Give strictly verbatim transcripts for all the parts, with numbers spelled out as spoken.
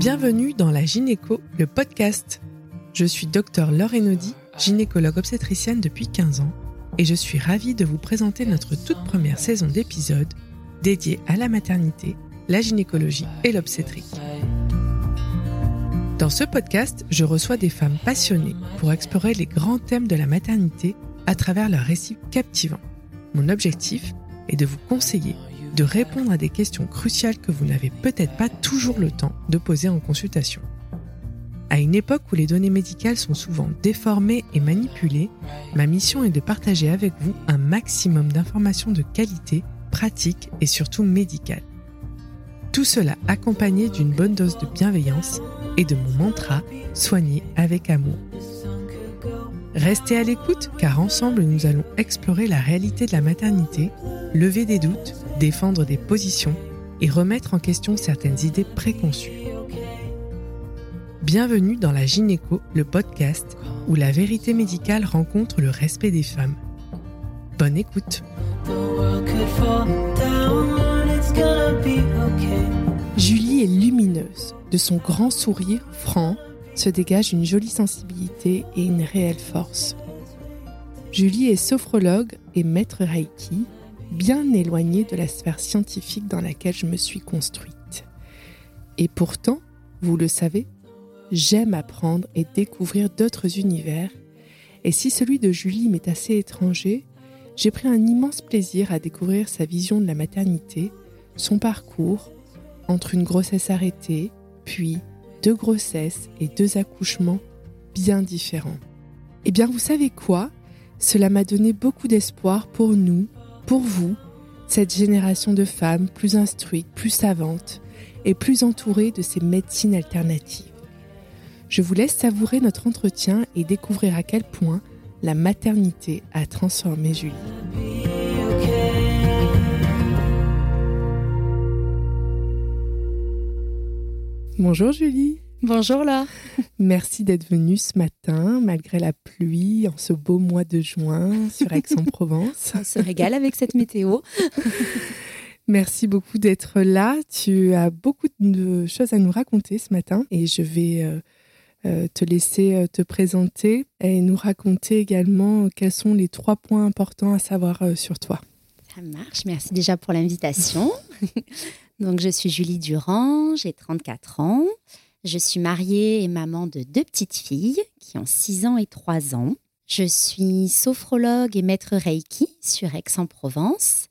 Bienvenue dans la Gynéco, le podcast. Je suis docteur Laure Enodi, gynécologue obstétricienne depuis quinze ans, et je suis ravie de vous présenter notre toute première saison d'épisodes dédiée à la maternité, la gynécologie et l'obstétrique. Dans ce podcast, je reçois des femmes passionnées pour explorer les grands thèmes de la maternité à travers leurs récits captivants. Mon objectif est de vous conseiller, de répondre à des questions cruciales que vous n'avez peut-être pas toujours le temps de poser en consultation. À une époque où les données médicales sont souvent déformées et manipulées, ma mission est de partager avec vous un maximum d'informations de qualité, pratiques et surtout médicales. Tout cela accompagné d'une bonne dose de bienveillance et de mon mantra « Soigner avec amour ». Restez à l'écoute car ensemble nous allons explorer la réalité de la maternité, lever des doutes, défendre des positions et remettre en question certaines idées préconçues. Bienvenue dans la Gynéco, le podcast où la vérité médicale rencontre le respect des femmes. Bonne écoute. Julie est lumineuse. De son grand sourire franc se dégage une jolie sensibilité et une réelle force. Julie est sophrologue et maître Reiki, bien éloignée de la sphère scientifique dans laquelle je me suis construite. Et pourtant, vous le savez, j'aime apprendre et découvrir d'autres univers, et si celui de Julie m'est assez étranger, j'ai pris un immense plaisir à découvrir sa vision de la maternité, son parcours, entre une grossesse arrêtée, puis deux grossesses et deux accouchements bien différents. Eh bien, vous savez quoi ? Cela m'a donné beaucoup d'espoir pour nous, pour vous, cette génération de femmes plus instruites, plus savantes et plus entourées de ces médecines alternatives. Je vous laisse savourer notre entretien et découvrir à quel point la maternité a transformé Julie. Bonjour Julie. Bonjour Laure. Merci d'être venue ce matin, malgré la pluie, en ce beau mois de juin, sur Aix-en-Provence. On se régale avec cette météo. Merci beaucoup d'être là. Tu as beaucoup de choses à nous raconter ce matin et je vais euh, euh, te laisser euh, te présenter et nous raconter également quels sont les trois points importants à savoir euh, sur toi. Ça marche. Merci déjà pour l'invitation. Donc, je suis Julie Durand, j'ai trente-quatre ans. Je suis mariée et maman de deux petites filles qui ont six ans et trois ans. Je suis sophrologue et maître Reiki sur Aix-en-Provence.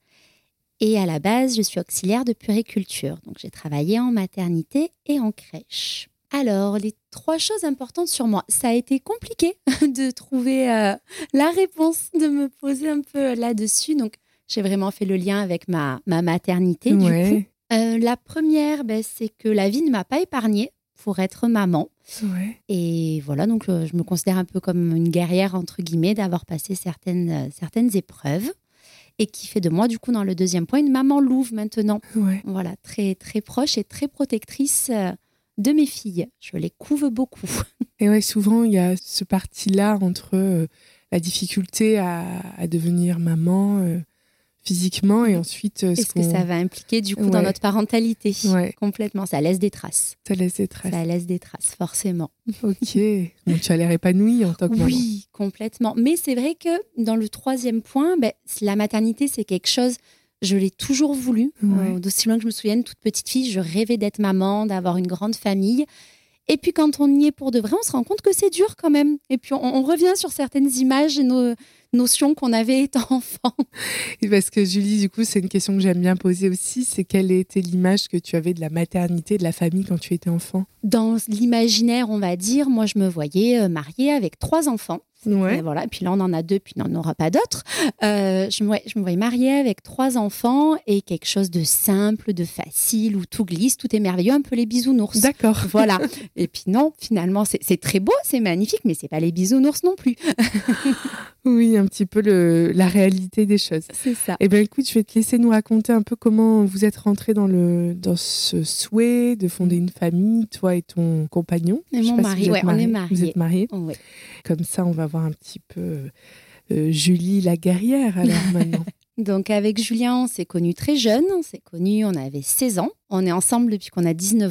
Et à la base, je suis auxiliaire de puériculture. Donc, j'ai travaillé en maternité et en crèche. Alors, les trois choses importantes sur moi. Ça a été compliqué de trouver euh, la réponse, de me poser un peu là-dessus. Donc, j'ai vraiment fait le lien avec ma, ma maternité, ouais. du coup. Euh, la première, ben, c'est que la vie ne m'a pas épargnée pour être maman. Ouais. Et voilà, donc euh, je me considère un peu comme une guerrière, entre guillemets, d'avoir passé certaines, euh, certaines épreuves. Et qui fait de moi, du coup, dans le deuxième point, une maman louve maintenant. Ouais. Voilà, très, très proche et très protectrice euh, de mes filles. Je les couve beaucoup. Et ouais, souvent, il y a ce parti-là entre euh, la difficulté à, à devenir maman euh, physiquement et ensuite... Euh, Est-ce que ça va impliquer, du coup, ouais. dans notre parentalité ? Ouais. Complètement. Ça laisse des traces. Ça laisse des traces. Ça laisse des traces, forcément. Ok. Donc, tu as l'air épanouie en tant que maman. Oui, complètement. Mais c'est vrai que dans le troisième point, ben, la maternité, c'est quelque chose... Je l'ai toujours voulu. Ouais. Euh, d'aussi loin que je me souvienne, toute petite fille, je rêvais d'être maman, d'avoir une grande famille. Et puis, quand on y est pour de vrai, on se rend compte que c'est dur quand même. Et puis, on, on revient sur certaines images et nos notions qu'on avait étant enfant. Parce que Julie, du coup, c'est une question que j'aime bien poser aussi. C'est quelle était l'image que tu avais de la maternité, de la famille quand tu étais enfant ? Dans l'imaginaire, on va dire, moi, je me voyais mariée avec trois enfants. Ouais. Et voilà. Et puis là, on en a deux, puis on n'en aura pas d'autres. Euh, je, me, je me voyais mariée avec trois enfants et quelque chose de simple, de facile, où tout glisse, tout est merveilleux, un peu les bisounours. D'accord. Voilà. Et puis non, finalement, c'est, c'est très beau, c'est magnifique, mais c'est pas les bisounours non plus. Oui, un petit peu le, la réalité des choses. C'est ça. Eh bien, écoute, je vais te laisser nous raconter un peu comment vous êtes rentrés dans, le, dans ce souhait de fonder une famille, toi et ton compagnon. Et mon mari, si ouais, mariés. on est mariés. Vous êtes mariés. Oh, ouais. Comme ça, on va voir un petit peu euh, Julie la guerrière, alors maintenant. Donc, avec Julien, on s'est connus très jeunes. On s'est connus, on avait seize ans. On est ensemble depuis qu'on a dix-neuf ans.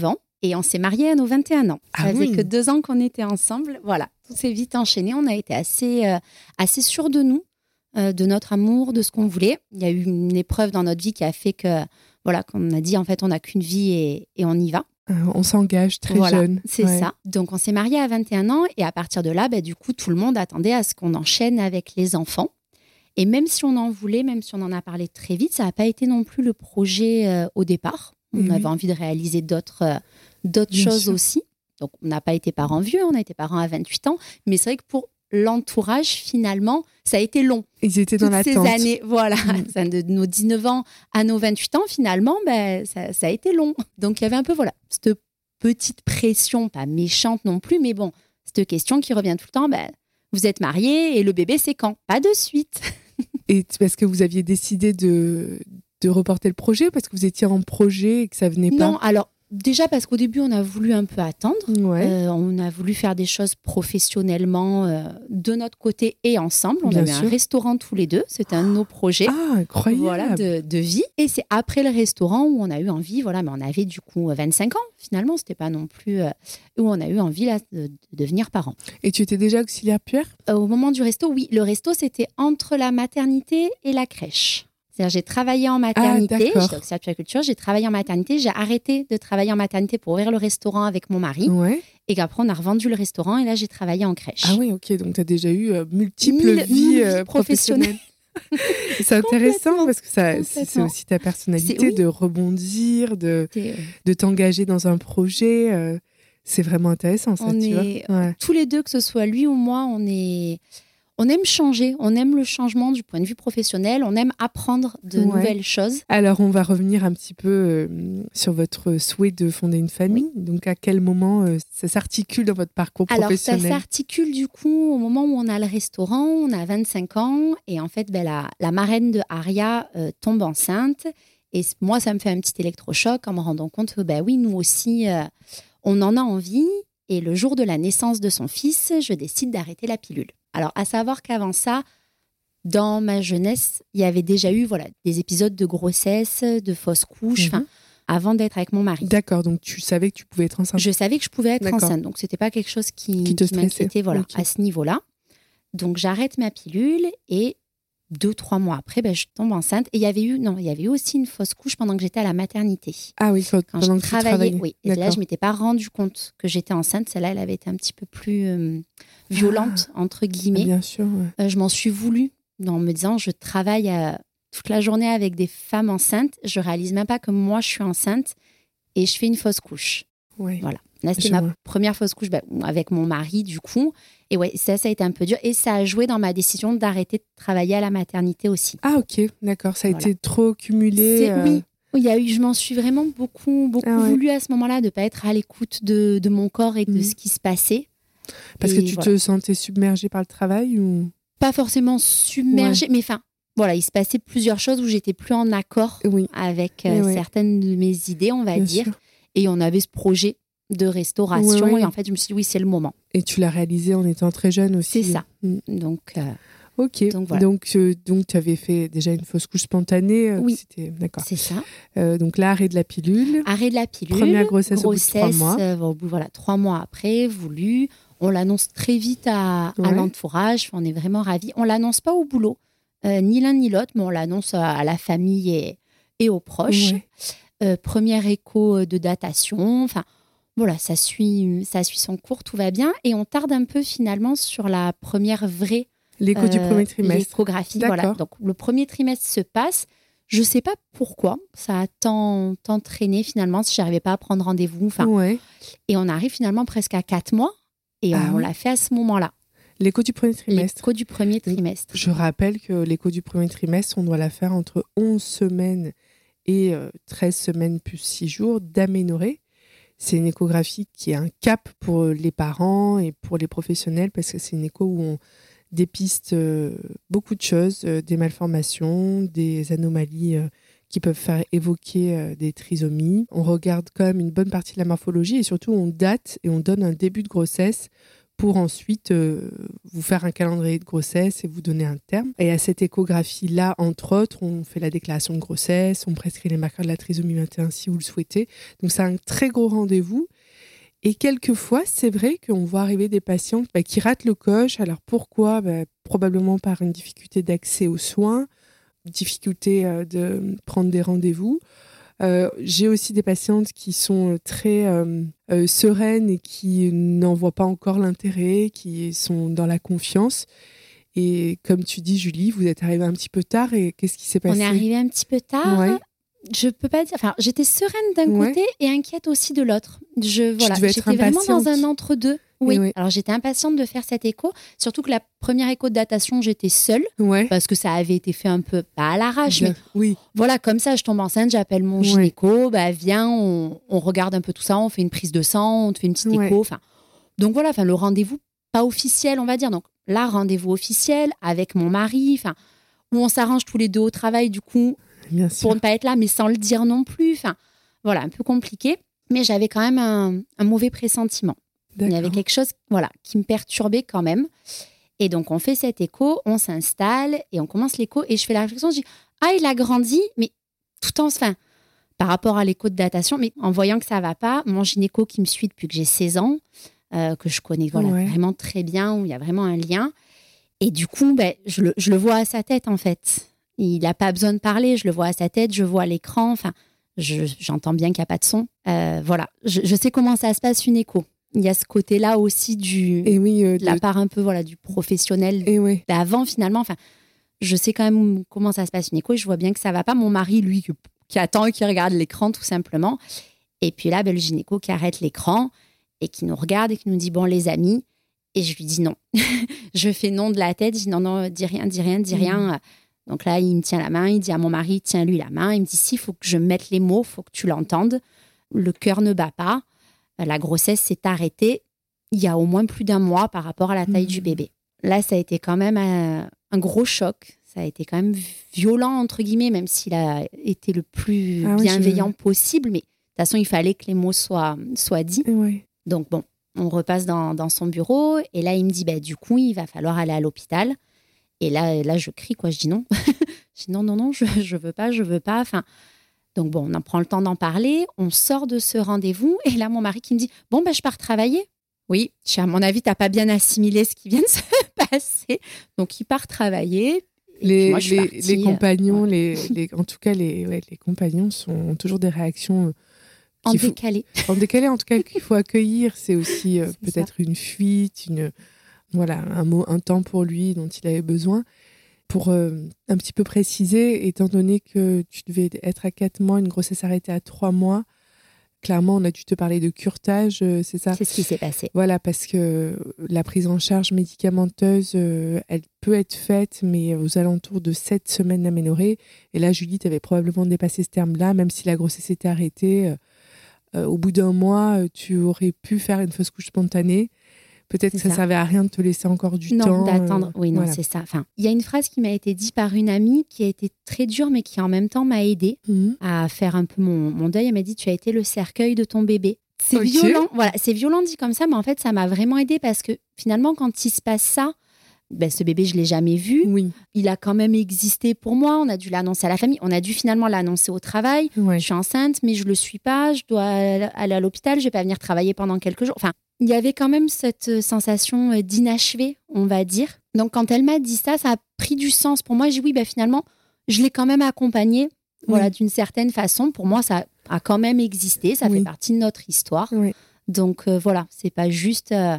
Et on s'est mariés à nos vingt et un ans. Ah ça faisait oui. que deux ans qu'on était ensemble. Voilà, tout s'est vite enchaîné. On a été assez, euh, assez sûrs de nous, euh, de notre amour, de ce qu'on voulait. Il y a eu une épreuve dans notre vie qui a fait que, voilà, qu'on a dit en fait, on n'a qu'une vie et, et on y va. Euh, on s'engage très voilà, jeune. c'est Ouais. ça. Donc, on s'est mariés à vingt et un ans et à partir de là, bah, du coup, tout le monde attendait à ce qu'on enchaîne avec les enfants. Et même si on en voulait, même si on en a parlé très vite, ça n'a pas été non plus le projet euh, au départ. On Mhm. avait envie de réaliser d'autres, euh, d'autres Bien choses sûr. aussi. Donc, on n'a pas été parents vieux, on a été parents à vingt-huit ans. Mais c'est vrai que pour l'entourage, finalement, ça a été long. Ils étaient dans Toutes ces l'attente. années, voilà, Mm. Enfin, de nos dix-neuf ans à nos vingt-huit ans, finalement, ben, ça, ça a été long. Donc, il y avait un peu, voilà, cette petite pression, pas méchante non plus, mais bon, cette question qui revient tout le temps, ben, vous êtes mariés et le bébé, c'est quand ? Pas de suite. Et t- parce que vous aviez décidé de, de reporter le projet, parce que vous étiez en projet et que ça venait Non, pas. alors, déjà parce qu'au début, on a voulu un peu attendre. Ouais. Euh, on a voulu faire des choses professionnellement euh, de notre côté et ensemble. On Bien avait sûr. un restaurant tous les deux. C'était un de nos projets. Ah, incroyable. Voilà, de, de vie. Et c'est après le restaurant où on a eu envie, voilà, mais on avait du coup vingt-cinq ans finalement, c'était pas non plus, euh, où on a eu envie là, de, de devenir parents. Et tu étais déjà auxiliaire puère ? Euh, au moment du resto, oui, le resto c'était entre la maternité et la crèche. C'est-à-dire j'ai travaillé en maternité, d'accord. j'étais auxiliaire de puériculture, j'ai travaillé en maternité, j'ai arrêté de travailler en maternité pour ouvrir le restaurant avec mon mari. Ouais. Et qu'après on a revendu le restaurant et là j'ai travaillé en crèche. Ah oui, ok. Donc tu as déjà eu euh, multiples Mille- vies mille euh, vies professionnelles. C'est intéressant Complètement, parce que ça, c'est complètement. aussi ta personnalité C'est- oui. de rebondir, de, C'était, euh, de t'engager dans un projet. euh, c'est vraiment intéressant, ça, On tu est- vois. Ouais. tous les deux, que ce soit lui ou moi, on est, on aime changer, on aime le changement du point de vue professionnel, on aime apprendre de Ouais. nouvelles choses. Alors, on va revenir un petit peu euh, sur votre souhait de fonder une famille. Donc, à quel moment euh, ça s'articule dans votre parcours Alors, ça professionnel ? s'articule du coup au moment où on a le restaurant, on a vingt-cinq ans, et en fait, ben, la, la marraine de Aria euh, tombe enceinte. Et c- moi, ça me fait un petit électrochoc en me rendant compte que, ben oui, nous aussi, euh, on en a envie. Et le jour de la naissance de son fils, je décide d'arrêter la pilule. Alors, à savoir qu'avant ça, dans ma jeunesse, il y avait déjà eu voilà, des épisodes de grossesse, de fausses couches, Mhm. enfin, avant d'être avec mon mari. D'accord, donc tu savais que tu pouvais être enceinte. Je savais que je pouvais être D'accord. enceinte, donc c'était pas quelque chose qui, Qui te qui m'inquiétait stressait. voilà, Ok. à ce niveau-là. Donc j'arrête ma pilule et deux, trois mois après, ben, je tombe enceinte. Et il y avait eu, non, il y avait eu aussi une fausse couche pendant que j'étais à la maternité. Ah oui, quand, Quand pendant je que tu travaillais, travaillais. oui. Et là, D'accord. je m'étais pas rendu compte que j'étais enceinte. Celle-là, elle avait été un petit peu plus euh, violente, entre guillemets. Bien sûr, ouais. Euh, je m'en suis voulu en me disant, je travaille euh, toute la journée avec des femmes enceintes. Je réalise même pas que moi, je suis enceinte et je fais une fausse couche. Ouais. Voilà. Là, c'était Je ma vois. première fausse couche bah, avec mon mari, du coup. Et ouais, ça, ça a été un peu dur. Et ça a joué dans ma décision d'arrêter de travailler à la maternité aussi. Ah ok, d'accord. Ça a Voilà. été trop cumulé. C'est- euh, Oui, oui, il y a eu, je m'en suis vraiment beaucoup, beaucoup Ah ouais. voulu à ce moment-là de ne pas être à l'écoute de, de mon corps et de Mhm. ce qui se passait. Parce Et que tu voilà. te sentais submergée par le travail ou... Pas forcément submergée, mais enfin, voilà, il se passait plusieurs choses où j'étais plus en accord Oui, avec Eh euh, ouais. certaines de mes idées, on va bien dire. sûr. Et on avait ce projet de restauration. Ouais, ouais. Et en fait, je me suis dit, oui, c'est le moment. Et tu l'as réalisé en étant très jeune aussi. C'est ça. Mm. Donc, euh, Ok. Donc, voilà. Donc, euh, donc tu avais fait déjà une fausse couche spontanée. euh, Oui. C'était d'accord. c'est ça. Euh, donc là, arrêt de la pilule. Arrêt de la pilule. Première grossesse au bout de trois grossesse, mois. euh, au bout, voilà, trois mois après, voulu. On l'annonce très vite à, à Ouais. l'entourage. On est vraiment ravis. On l'annonce pas au boulot, euh, ni l'un ni l'autre, mais on l'annonce à, à la famille et, et aux proches. Ouais. Euh, premier écho de datation. Enfin, voilà, ça suit, ça suit son cours, tout va bien. Et on tarde un peu finalement sur la première vraie L'écho du euh, premier trimestre. l'échographie. D'accord. Voilà. Donc le premier trimestre se passe. Je ne sais pas pourquoi. Ça a tant, tant traîné finalement si je n'arrivais pas à prendre rendez-vous. Enfin, Ouais. et on arrive finalement presque à quatre mois. Et Ah on oui. l'a fait à ce moment-là. L'écho du premier trimestre. L'écho du premier trimestre. Je rappelle que l'écho du premier trimestre, on doit la faire entre onze semaines et euh, treize semaines plus six jours d'aménorrhée. C'est une échographie qui est un cap pour les parents et pour les professionnels parce que c'est une écho où on dépiste euh, beaucoup de choses, euh, des malformations, des anomalies euh, qui peuvent faire évoquer euh, des trisomies. On regarde quand même une bonne partie de la morphologie et surtout on date et on donne un début de grossesse pour ensuite euh, vous faire un calendrier de grossesse et vous donner un terme. Et à cette échographie-là, entre autres, on fait la déclaration de grossesse, on prescrit les marqueurs de la trisomie vingt et un si vous le souhaitez. Donc c'est un très gros rendez-vous Et quelquefois, c'est vrai qu'on voit arriver des patientes bah, qui ratent le coche. Alors pourquoi bah, probablement par une difficulté d'accès aux soins, difficulté euh, de prendre des rendez-vous. Euh, j'ai aussi des patientes qui sont très euh, euh, sereines et qui n'en voient pas encore l'intérêt, qui sont dans la confiance. Et comme tu dis, Julie, vous êtes arrivée un petit peu tard et qu'est-ce qui s'est passé ? On est arrivé un petit peu tard. Ouais. Je peux pas dire. Enfin, j'étais sereine d'un Ouais. côté et inquiète aussi de l'autre. Je voilà, devais être j'étais vraiment impatiente. dans un entre-deux. Oui. Oui. Alors j'étais impatiente de faire cet écho, surtout que la première écho de datation, j'étais seule Ouais. parce que ça avait été fait un peu pas à l'arrache, Bien. mais Oui. voilà, comme ça, je tombe enceinte, j'appelle mon Ouais. gynéco, bah viens, on, on regarde un peu tout ça, on fait une prise de sang, on te fait une petite Ouais. écho. Enfin, donc voilà, enfin le rendez-vous pas officiel, on va dire. Donc là, rendez-vous officiel avec mon mari, enfin où on s'arrange tous les deux au travail, du coup. Bien sûr. Pour ne pas être là, mais sans le dire non plus. Enfin, voilà, un peu compliqué. Mais j'avais quand même un, un mauvais pressentiment. D'accord. Il y avait quelque chose voilà, qui me perturbait quand même. Et donc, on fait cet écho, on s'installe et on commence l'écho. Et je fais la réflexion, je dis « Ah, il a grandi !» Mais tout en... Enfin, par rapport à l'écho de datation, mais en voyant que ça ne va pas, mon gynéco qui me suit depuis que j'ai seize ans, euh, que je connais voilà, Ouais. vraiment très bien, où il y a vraiment un lien. Et du coup, ben, je, le, je le vois à sa tête, en fait. Il n'a pas besoin de parler, je le vois à sa tête, je vois l'écran, enfin, je, j'entends bien qu'il n'y a pas de son. Euh, voilà, je, je sais comment ça se passe une écho. Il y a ce côté-là aussi du, Et oui, euh, de la de... part un peu voilà, du professionnel Et ouais. d'avant finalement. Enfin, je sais quand même comment ça se passe une écho et je vois bien que ça ne va pas. Mon mari, lui, qui, qui attend et qui regarde l'écran tout simplement. Et puis là, ben, le gynéco qui arrête l'écran et qui nous regarde et qui nous dit « Bon, les amis », et je lui dis non. Je fais non de la tête, je dis non, non, dis rien, dis rien, dis rien. Mmh. Donc là, il me tient la main, il dit à mon mari, tiens-lui la main. Il me dit, si, il faut que je mette les mots, il faut que tu l'entendes. Le cœur ne bat pas. La grossesse s'est arrêtée il y a au moins plus d'un mois par rapport à la taille mmh. du bébé. Là, ça a été quand même un, un gros choc. Ça a été quand même violent, entre guillemets, même s'il a été le plus ah bienveillant oui, je... possible. Mais de toute façon, il fallait que les mots soient, soient dits. Ouais. Donc bon, on repasse dans, dans son bureau. Et là, il me dit, bah, du coup, il va falloir aller à l'hôpital. Et là, là, je crie, quoi. Je dis non. Je dis non, non, non, je ne veux pas, je veux pas. Enfin, donc bon, on en prend le temps d'en parler. On sort de ce rendez-vous. Et là, mon mari qui me dit, bon, ben, je pars travailler. Oui, à mon avis, tu n'as pas bien assimilé ce qui vient de se passer. Donc, il part travailler. Les, moi, je suis les, partie, les compagnons, euh, les, les, en tout cas, les, ouais, les compagnons sont, ont toujours des réactions... En décalé. Faut, en décalé, en tout cas, qu'il faut accueillir. C'est aussi euh, c'est peut-être ça. Une fuite, une... Voilà, un, mot, un temps pour lui dont il avait besoin. Pour euh, un petit peu préciser, étant donné que tu devais être à quatre mois, une grossesse arrêtée à trois mois, clairement, on a dû te parler de curetage, euh, c'est ça ? C'est ce qui s'est passé. Voilà, parce que la prise en charge médicamenteuse, euh, elle peut être faite, mais aux alentours de sept semaines d'aménorrhée. Et là, Julie, tu avais probablement dépassé ce terme-là, même si la grossesse était arrêtée. Euh, euh, au bout d'un mois, tu aurais pu faire une fausse couche spontanée. Peut-être c'est que ça ne servait à rien de te laisser encore du non, temps. Non, d'attendre. Euh, oui, non, voilà. c'est ça. Enfin, il y a une phrase qui m'a été dite par une amie qui a été très dure, mais qui en même temps m'a aidée mmh. à faire un peu mon, mon deuil. Elle m'a dit, tu as été le cercueil de ton bébé. C'est okay. violent. Voilà, c'est violent dit comme ça, mais en fait, ça m'a vraiment aidée parce que finalement, quand il se passe ça, ben, ce bébé, je ne l'ai jamais vu. Oui. Il a quand même existé pour moi. On a dû l'annoncer à la famille. On a dû finalement l'annoncer au travail. Ouais. Je suis enceinte, mais je ne le suis pas. Je dois aller à l'hôpital. Je ne vais pas venir travailler pendant quelques jours. Enfin, il y avait quand même cette sensation d'inachevé, on va dire. Donc, quand elle m'a dit ça, ça a pris du sens. Pour moi, j'ai dit oui, ben, finalement, je l'ai quand même accompagnée voilà, oui. d'une certaine façon. Pour moi, ça a quand même existé. Ça oui. fait partie de notre histoire. Oui. Donc, euh, voilà, c'est pas juste... Euh,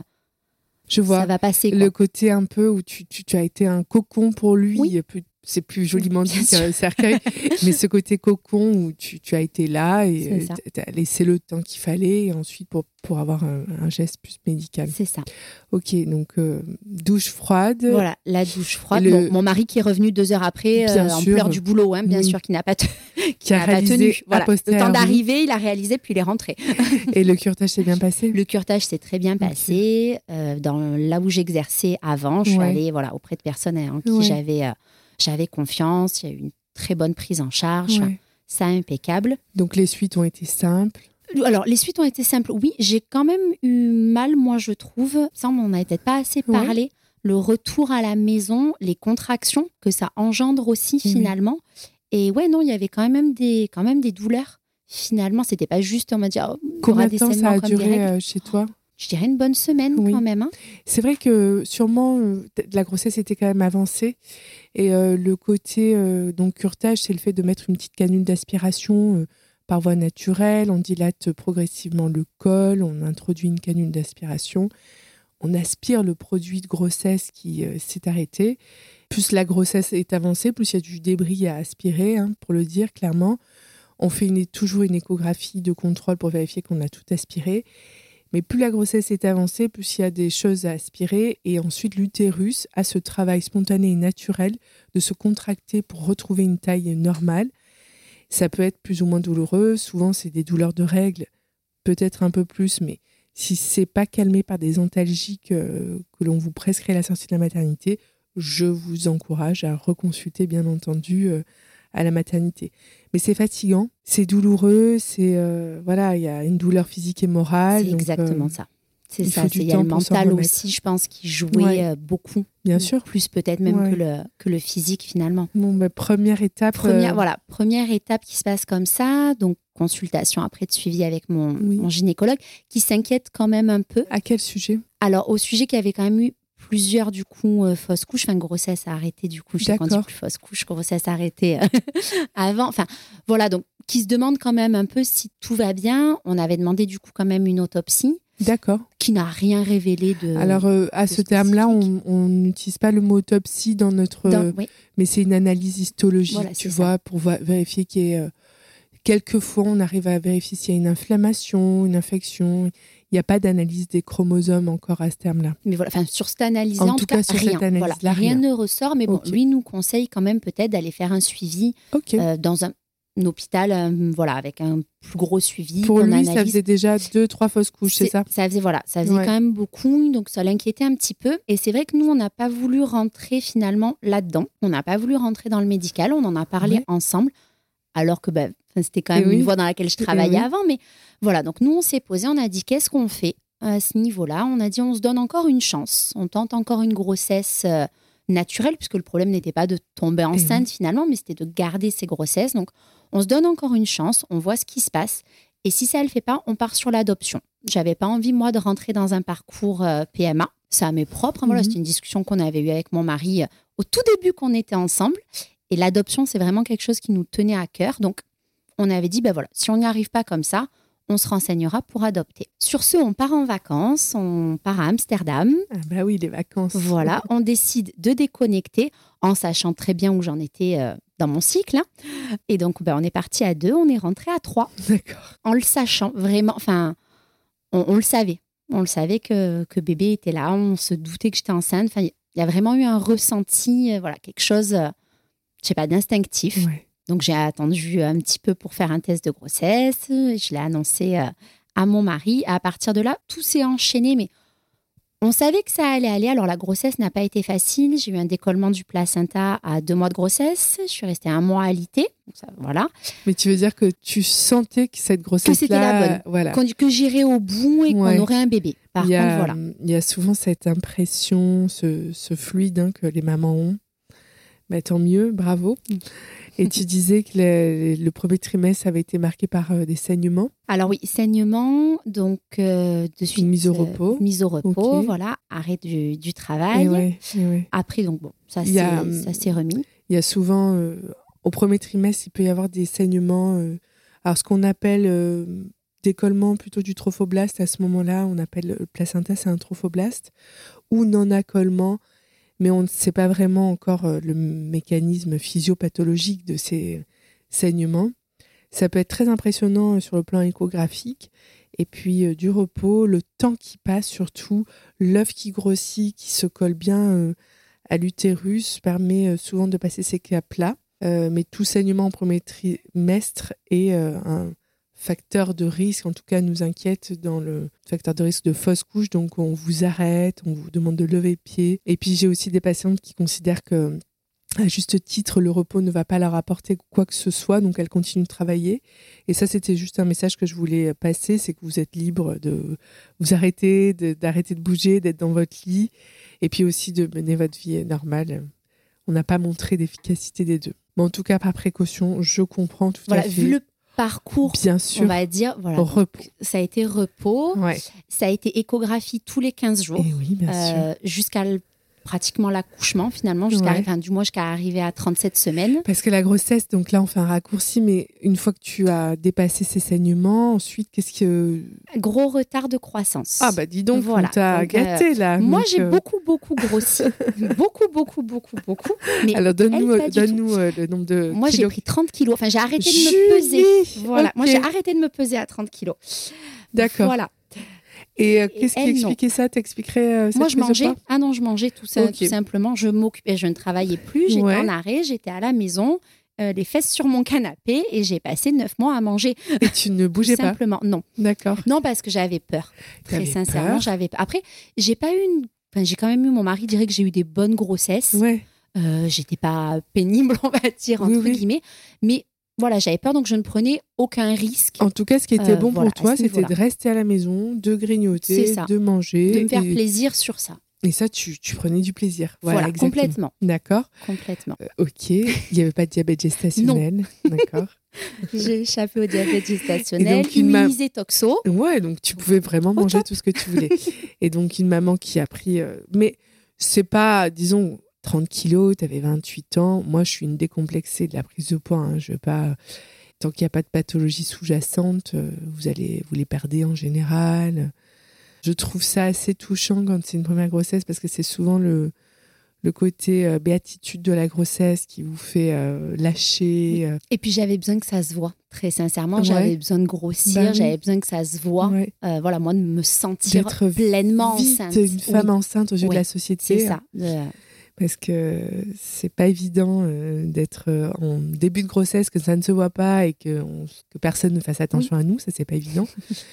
Je vois ça va passer, quoi. Le côté un peu où tu, tu, tu as été un cocon pour lui. Oui. Plus, c'est plus joliment dit qu'un cercueil. Mais ce côté cocon où tu, tu as été là et tu as laissé le temps qu'il fallait et ensuite pour, pour avoir un, un geste plus médical. C'est ça. Ok, donc euh, douche froide. Voilà, la douche froide. Le... Bon, mon mari qui est revenu deux heures après euh, en pleurs du boulot, hein, bien oui. sûr, qui n'a pas, te... qui qui a n'a réalisé pas tenu. Voilà. Le temps d'arriver, oui. il a réalisé, puis il est rentré. Et le curetage s'est bien passé ? Le curetage s'est très bien passé. Okay. Euh, dans, là où j'exerçais avant, je suis ouais. allée voilà, auprès de personnes en qui ouais. j'avais... Euh, J'avais confiance, il y a eu une très bonne prise en charge, ouais. ça impeccable. Donc les suites ont été simples ? Alors les suites ont été simples, oui. J'ai quand même eu mal, moi je trouve, ça on n'en a peut-être pas assez parlé, ouais. le retour à la maison, les contractions que ça engendre aussi oui. finalement. Et ouais, non, il y avait quand même des, quand même des douleurs finalement, c'était pas juste, on m'a dit, oh, combien de temps ça a duré euh, chez toi? Je dirais une bonne semaine oui. quand même. Hein. C'est vrai que sûrement, euh, la grossesse était quand même avancée. Et euh, le côté euh, donc curetage, c'est le fait de mettre une petite canule d'aspiration euh, par voie naturelle. On dilate progressivement le col, on introduit une canule d'aspiration. On aspire le produit de grossesse qui euh, s'est arrêté. Plus la grossesse est avancée, plus il y a du débris à aspirer, hein, pour le dire clairement. On fait une, toujours une échographie de contrôle pour vérifier qu'on a tout aspiré. Mais plus la grossesse est avancée, plus il y a des choses à aspirer. Et ensuite, l'utérus a ce travail spontané et naturel de se contracter pour retrouver une taille normale. Ça peut être plus ou moins douloureux. Souvent, c'est des douleurs de règles, peut-être un peu plus. Mais si ce n'est pas calmé par des antalgiques euh, que l'on vous prescrit à la sortie de la maternité, je vous encourage à reconsulter, bien entendu, euh, à la maternité. Mais c'est fatigant, c'est douloureux, c'est euh, voilà, il y a une douleur physique et morale. C'est donc, exactement euh, ça. C'est ça. Il y a le mental aussi, je pense, qui jouait ouais. euh, beaucoup. Bien sûr. Plus peut-être même ouais. que, le, que le physique finalement. Bon, bah, première étape. Première, euh... Voilà, première étape qui se passe comme ça. Donc, consultation après de suivi avec mon, oui. mon gynécologue qui s'inquiète quand même un peu. À quel sujet? Alors, au sujet qu'il y avait quand même eu plusieurs, du coup, euh, fausses couches. Enfin, grossesse arrêtée, du coup. Je sais qu'on dit plus fausse couche, grossesse arrêtée euh, avant. Enfin, voilà. Donc, qui se demande quand même un peu si tout va bien. On avait demandé, du coup, quand même une autopsie. D'accord. Qui n'a rien révélé de. Alors, euh, à de ce terme-là, on n'utilise pas le mot autopsie dans notre. Dans, oui. Mais c'est une analyse histologique, voilà, tu vois, ça. Pour va- vérifier qu'il y ait. Euh, quelquefois, on arrive à vérifier s'il y a une inflammation, une infection. Il n'y a pas d'analyse des chromosomes encore à ce terme-là. Mais voilà, enfin, sur cette analyse-là, en, en tout cas, cas sur rien. Cette analyse voilà, là, rien. rien ne ressort, mais bon, okay. lui nous conseille quand même peut-être d'aller faire un suivi okay. euh, dans un, un hôpital, euh, voilà, avec un plus gros suivi. Pour lui, analyse. Ça faisait déjà deux, trois fausses couches, c'est, c'est ça Ça faisait, voilà, ça faisait ouais. quand même beaucoup, donc ça l'inquiétait un petit peu. Et c'est vrai que nous, on n'a pas voulu rentrer finalement là-dedans. On n'a pas voulu rentrer dans le médical. On en a parlé ouais. ensemble, alors que bah, c'était quand même oui. une voie dans laquelle je travaillais oui. avant. Mais voilà, donc nous, on s'est posé, on a dit qu'est-ce qu'on fait à ce niveau-là. On a dit on se donne encore une chance. On tente encore une grossesse euh, naturelle, puisque le problème n'était pas de tomber enceinte oui. finalement, mais c'était de garder ses grossesses. Donc, on se donne encore une chance, on voit ce qui se passe. Et si ça ne le fait pas, on part sur l'adoption. J'avais pas envie, moi, de rentrer dans un parcours euh, P M A. Ça m'est propre. Hein, mm-hmm. Voilà, c'était une discussion qu'on avait eue avec mon mari euh, au tout début qu'on était ensemble. Et l'adoption, c'est vraiment quelque chose qui nous tenait à cœur. Donc, on avait dit, ben voilà, si on n'y arrive pas comme ça, on se renseignera pour adopter. Sur ce, on part en vacances, on part à Amsterdam. Ah bah oui, les vacances. Voilà, on décide de déconnecter en sachant très bien où j'en étais euh, dans mon cycle. Hein. Et donc, ben, on est parti à deux, on est rentré à trois. D'accord. En le sachant, vraiment, enfin, on, on le savait. On le savait que, que bébé était là, on se doutait que j'étais enceinte. Enfin, il y a vraiment eu un ressenti, euh, voilà, quelque chose, euh, je sais pas, d'instinctif. Ouais. Donc, j'ai attendu un petit peu pour faire un test de grossesse. Je l'ai annoncé à mon mari. À partir de là, tout s'est enchaîné. Mais on savait que ça allait aller. Alors, la grossesse n'a pas été facile. J'ai eu un décollement du placenta à deux mois de grossesse. Je suis restée un mois alitée. Donc ça, voilà. Mais tu veux dire que tu sentais que cette grossesse-là... Que c'était la bonne. Voilà. Que j'irais au bout et ouais. qu'on aurait un bébé. Par il y a, contre, voilà. Il y a souvent cette impression, ce, ce fluide hein, que les mamans ont. Bah, tant mieux, bravo. Et tu disais que le, le premier trimestre avait été marqué par euh, des saignements. Alors oui, saignements, donc euh, de suite... Une mise au repos. Euh, mise au repos, okay. Voilà, arrêt du, du travail. Et ouais, et ouais. Après, donc bon, ça, il y a, s'est, ça s'est remis. Il y a souvent, euh, au premier trimestre, il peut y avoir des saignements. Euh, alors, ce qu'on appelle euh, décollement plutôt du trophoblaste, à ce moment-là, on appelle le placenta, c'est un trophoblaste, ou non-accollement. Mais on ne sait pas vraiment encore euh, le mécanisme physiopathologique de ces saignements. Ça peut être très impressionnant euh, sur le plan échographique. Et puis euh, du repos, le temps qui passe surtout, l'œuf qui grossit, qui se colle bien euh, à l'utérus, permet euh, souvent de passer ces caps-là. Euh, mais tout saignement en premier trimestre est euh, un facteur de risque, en tout cas nous inquiète dans le facteur de risque de fausse couche, donc on vous arrête, on vous demande de lever le pied. Et puis j'ai aussi des patientes qui considèrent que, à juste titre, le repos ne va pas leur apporter quoi que ce soit, donc elles continuent de travailler. Et ça, c'était juste un message que je voulais passer, c'est que vous êtes libre de vous arrêter, de, d'arrêter de bouger, d'être dans votre lit, et puis aussi de mener votre vie normale. On n'a pas montré d'efficacité des deux. Mais en tout cas, par précaution, je comprends tout voilà, à fait. Vu le parcours, bien sûr, on va dire. Voilà. repos. Ça a été repos. Ouais. Ça a été échographie tous les quinze jours. Et oui, bien euh, sûr. Jusqu'à le, pratiquement l'accouchement, finalement, jusqu'à, Ouais. enfin, du moins jusqu'à arriver à trente-sept semaines. Parce que la grossesse, donc là, on fait un raccourci, mais une fois que tu as dépassé ces saignements, ensuite, qu'est-ce que... Gros retard de croissance. Ah bah dis donc, Voilà. on t'a Donc, gâté, euh, là. Moi, Donc, j'ai euh, beaucoup, beaucoup grossi. beaucoup, beaucoup, beaucoup, beaucoup. Mais Alors, donne-nous, elle, pas du donne-nous euh, le nombre de moi, j'ai kilos. pris trente kilos. Enfin, j'ai arrêté de Julie me peser. Voilà. Ok. Moi, j'ai arrêté de me peser à trente kilos. D'accord. Voilà. Et euh, Et qu'est-ce qui elle, expliquait ça? T'expliquerais euh, cette Moi, je prise de mangeais. poids Ah non, je mangeais tout ça, Ok. tout simplement. Je m'occupais, je ne travaillais plus. J'étais Ouais. en arrêt, j'étais à la maison, euh, les fesses sur mon canapé, et j'ai passé neuf mois à manger. Et tu ne Tout bougeais pas? simplement. Non. D'accord. Non, parce que j'avais peur. Très T'avais sincèrement, peur j'avais peur. Après, j'ai pas eu une. Enfin, j'ai quand même eu, mon mari dirait que j'ai eu des bonnes grossesses. Ouais. Euh, j'étais pas pénible, on va dire, entre Oui, oui. guillemets. Mais voilà, j'avais peur, donc je ne prenais aucun risque En tout cas, ce qui était Euh, bon voilà, pour toi, à ce c'était niveau-là. de rester à la maison, de grignoter, C'est ça. de manger. de me faire et, plaisir sur ça. et ça, tu, tu prenais du plaisir. Voilà, Voilà, exactement. complètement. D'accord. Complètement. Euh, ok. Il n'y avait pas de diabète gestationnel. D'accord. J'ai échappé au diabète gestationnel, Et donc, une ma- immunisé toxo. Ouais, donc tu pouvais vraiment Au manger top. tout ce que tu voulais. Et donc, une maman qui a pris. euh, Mais c'est pas, disons, trente kilos, tu avais vingt-huit ans. Moi, je suis une décomplexée de la prise de poids. Hein. Je veux pas. Tant qu'il n'y a pas de pathologie sous-jacente, euh, vous, allez, vous les perdez en général. Je trouve ça assez touchant quand c'est une première grossesse parce que c'est souvent le, le côté euh, béatitude de la grossesse qui vous fait euh, lâcher. euh. Et puis j'avais besoin que ça se voit. Très sincèrement, Ouais. j'avais besoin de grossir, Bah oui. j'avais besoin que ça se voit. Ouais. Euh, voilà, moi, de me sentir D'être pleinement vite enceinte. une femme Oui, enceinte aux yeux Ouais. de la société. c'est ça. Euh, Parce que c'est pas évident euh, d'être euh, en début de grossesse, que ça ne se voit pas et que, on- que personne ne fasse attention à nous, ça c'est pas évident.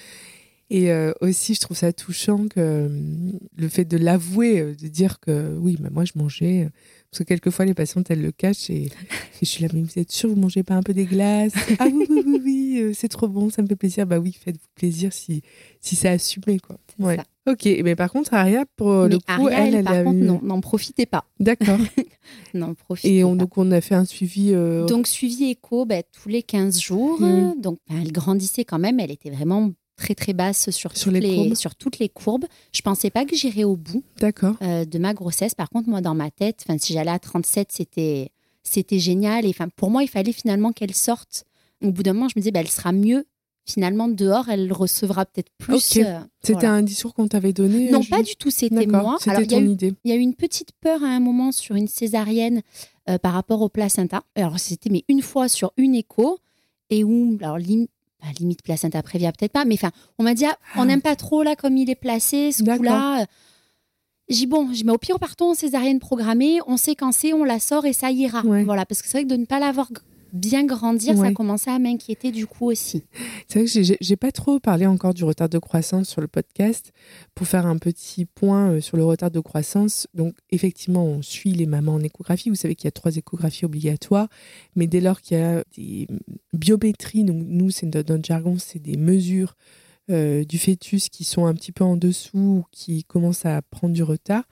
Et euh, aussi, je trouve ça touchant que euh, le fait de l'avouer, euh, de dire que oui, bah, moi je mangeais. euh, Parce que quelquefois les patientes elles le cachent et, et je suis là, mais vous êtes sûre, vous mangez pas un peu des glaces? Ah oui, oui, oui, oui, euh, c'est trop bon, ça me fait plaisir. Bah oui, faites-vous plaisir si, si c'est assumé, quoi. C'est Ouais. ça. Ok, mais par contre, Aria, pour le Mais coup, Aria, elle, elle, par a contre, eu- non, n'en profitez pas. D'accord. N'en profitez Et on, pas. donc, on a fait un suivi. euh, Donc, suivi écho ben, tous les quinze jours. Mhm. Donc, ben, elle grandissait quand même. Elle était vraiment très, très basse sur, Sur toutes les courbes. sur toutes les courbes. Je ne pensais pas que j'irais au bout D'accord. euh, de ma grossesse. Par contre, moi, dans ma tête, si j'allais à trente-sept, c'était, c'était génial. Et pour moi, il fallait finalement qu'elle sorte. Au bout d'un moment, je me disais, ben, elle sera mieux. Finalement, dehors, elle recevra peut-être plus. Ok. euh, C'était voilà. un discours qu'on t'avait donné Non, euh, pas Julie du tout. C'était D'accord. moi. C'était Alors, il y a ton eu idée. Il y a eu une petite peur à un moment sur une césarienne euh, par rapport au placenta. Alors, c'était mais une fois sur une écho et où, alors, lim- bah, limite placenta prévia, peut-être pas, mais enfin, on m'a dit, ah, on n'aime pas trop là comme il est placé, ce D'accord. coup-là. J'ai dit, bon, j'ai dit, mais au pire, partons en césarienne programmée, on sait quand c'est, on la sort et ça ira. Ouais. Voilà, parce que c'est vrai que de ne pas l'avoir g- bien grandir, Ouais. ça commençait à m'inquiéter du coup aussi. C'est vrai que j'ai- j'ai j'ai pas trop parlé encore du retard de croissance sur le podcast. Pour faire un petit point euh, sur le retard de croissance, donc effectivement, on suit les mamans en échographie. Vous savez qu'il y a trois échographies obligatoires, mais dès lors qu'il y a des biométries, donc nous, c'est dans notre jargon, c'est des mesures euh, du fœtus qui sont un petit peu en dessous ou qui commencent à prendre du retard,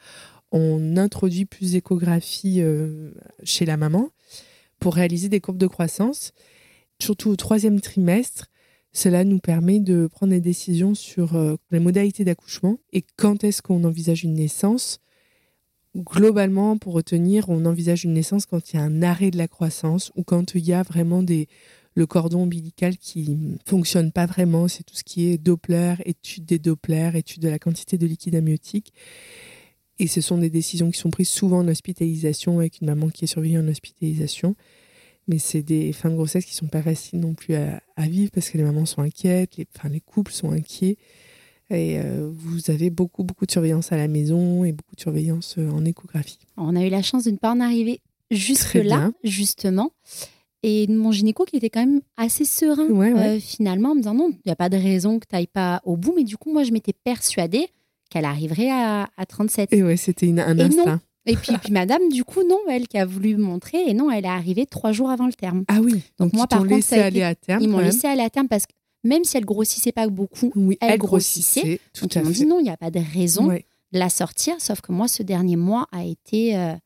on introduit plus d'échographies euh, chez la maman pour réaliser des courbes de croissance. Surtout au troisième trimestre, cela nous permet de prendre des décisions sur euh, les modalités d'accouchement et quand est-ce qu'on envisage une naissance. Globalement, pour retenir, on envisage une naissance quand il y a un arrêt de la croissance ou quand il y a vraiment des, le cordon ombilical qui ne fonctionne pas vraiment. C'est tout ce qui est Doppler, étude des Doppler, étude de la quantité de liquide amniotique. Et ce sont des décisions qui sont prises souvent en hospitalisation avec une maman qui est surveillée en hospitalisation. Mais c'est des fins de grossesse qui ne sont pas faciles non plus à, à vivre parce que les mamans sont inquiètes, les, enfin, les couples sont inquiets. Et euh, vous avez beaucoup, beaucoup de surveillance à la maison et beaucoup de surveillance euh, en échographie. On a eu la chance de ne pas en arriver Très jusque-là, bien. justement. Et mon gynéco qui était quand même assez serein, Ouais, ouais. euh, finalement, en me disant non, il n'y a pas de raison que tu n'ailles pas au bout. Mais du coup, moi, je m'étais persuadée qu'elle arriverait à, à trente-sept. Et ouais, c'était une, un Et non. instinct. Et puis, puis madame, du coup, non, elle qui a voulu me montrer, et non, elle est arrivée trois jours avant le terme. Ah oui, donc, Donc moi, ils par t'ont contre, laissé ça a aller été- à terme. Ils m'ont quand même. laissé aller à terme parce que même si elle grossissait pas beaucoup, Oui, elle elle grossissait. grossissait. Tout donc à ils m'ont fait. dit non, il n'y a pas de raison Ouais. de la sortir. Sauf que moi, ce dernier mois a été euh,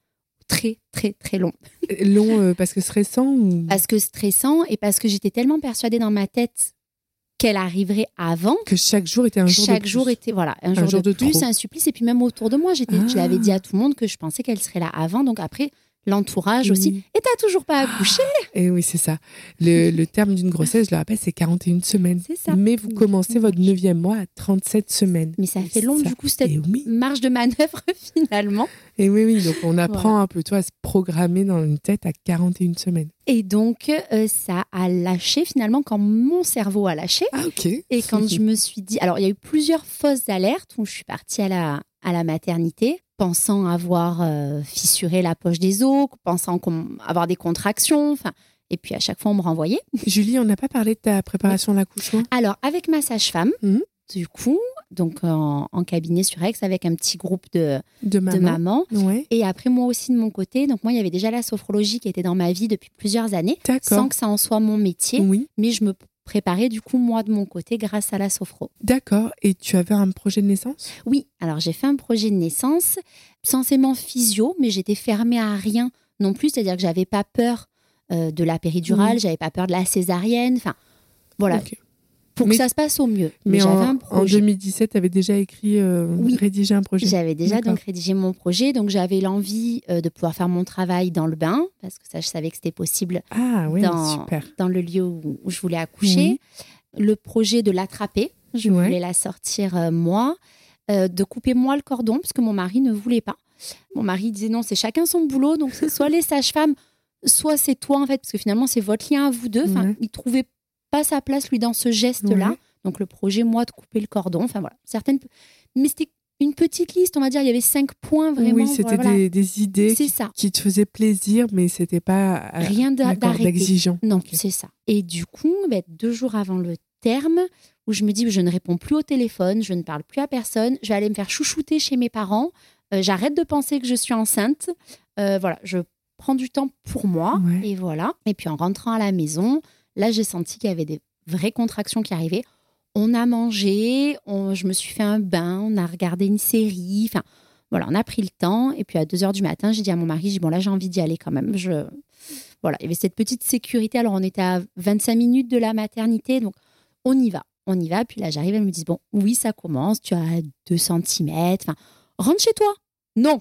très, très, très long. Long euh, parce que stressant ou... Parce que stressant et parce que j'étais tellement persuadée dans ma tête qu'elle arriverait avant. Que chaque jour était un jour chaque de plus. jour était voilà, un, un jour, jour de, de plus, un supplice. Et puis même autour de moi, j'étais, ah. je l'avais dit à tout le monde que je pensais qu'elle serait là avant. Donc après, l'entourage oui. aussi. Et t'as toujours pas accouché. Et oui, c'est ça. Le, le terme d'une grossesse, je le rappelle, c'est quarante et une semaines. C'est ça. Mais vous commencez votre neuvième mois à trente-sept semaines. Mais ça fait long, ça. Du coup, cette oui. marge de manœuvre, finalement. Et oui, oui. Donc, on apprend voilà. un peu, toi, à se programmer dans une tête à quarante et une semaines. Et donc, euh, ça a lâché, finalement, quand mon cerveau a lâché. Ah, ok. Et quand je me suis dit... Alors, il y a eu plusieurs fausses alertes où je suis partie à la, à la maternité, pensant avoir euh, fissuré la poche des os, pensant avoir des contractions, enfin, et puis à chaque fois on me renvoyait. Julie, on n'a pas parlé de ta préparation à l'accouchement ? Alors avec ma sage-femme, mmh. du coup, donc en, en cabinet sur Aix avec un petit groupe de, de maman, de mamans. Ouais. Et après moi aussi de mon côté, donc moi il y avait déjà la sophrologie qui était dans ma vie depuis plusieurs années, D'accord. sans que ça en soit mon métier, oui. mais je me préparer du coup moi de mon côté grâce à la sophro. D'accord. Et tu avais un projet de naissance ? Oui, alors j'ai fait un projet de naissance, censément physio, mais j'étais fermée à rien non plus, c'est-à-dire que j'avais pas peur euh, de la péridurale, mmh. j'avais pas peur de la césarienne, enfin voilà, okay. pour mais, que ça se passe au mieux. Mais, mais j'avais en, un projet. En deux mille dix-sept, tu avais déjà écrit, euh, oui, rédigé un projet. J'avais déjà D'accord. donc rédigé mon projet, donc j'avais l'envie euh, de pouvoir faire mon travail dans le bain, parce que ça, je savais que c'était possible ah, oui, dans, super. dans le lieu où, où je voulais accoucher. Oui. Le projet de l'attraper, je ouais. voulais la sortir euh, moi, euh, de couper moi le cordon, parce que mon mari ne voulait pas. Mon mari disait non, c'est chacun son boulot, donc c'est soit les sages-femmes, soit c'est toi en fait, parce que finalement c'est votre lien à vous deux. Enfin, ouais. il trouvait pas sa place lui dans ce geste-là. Ouais. Donc le projet moi de couper le cordon. Enfin voilà, certaines, mais c'était une petite liste, on va dire. Il y avait cinq points vraiment. Oui, c'était voilà. des, des idées qui, qui te faisaient plaisir, mais c'était pas rien d'exigeant. Non, okay. c'est ça. Et du coup, bah, deux jours avant le terme, où je me dis je ne réponds plus au téléphone, je ne parle plus à personne, je vais aller me faire chouchouter chez mes parents. Euh, j'arrête de penser que je suis enceinte. Euh, voilà, je prends du temps pour moi ouais. et voilà. Et puis en rentrant à la maison, là j'ai senti qu'il y avait des vraies contractions qui arrivaient. On a mangé, on, je me suis fait un bain, on a regardé une série. Enfin voilà, on a pris le temps. Et puis à deux heures du matin, j'ai dit à mon mari, j'ai dit, bon là j'ai envie d'y aller quand même. Je... Voilà, il y avait cette petite sécurité. Alors on était à vingt-cinq minutes de la maternité, donc on y va, on y va. Puis là j'arrive, elle me dit bon oui ça commence, tu as deux centimètres. Enfin rentre chez toi. Non,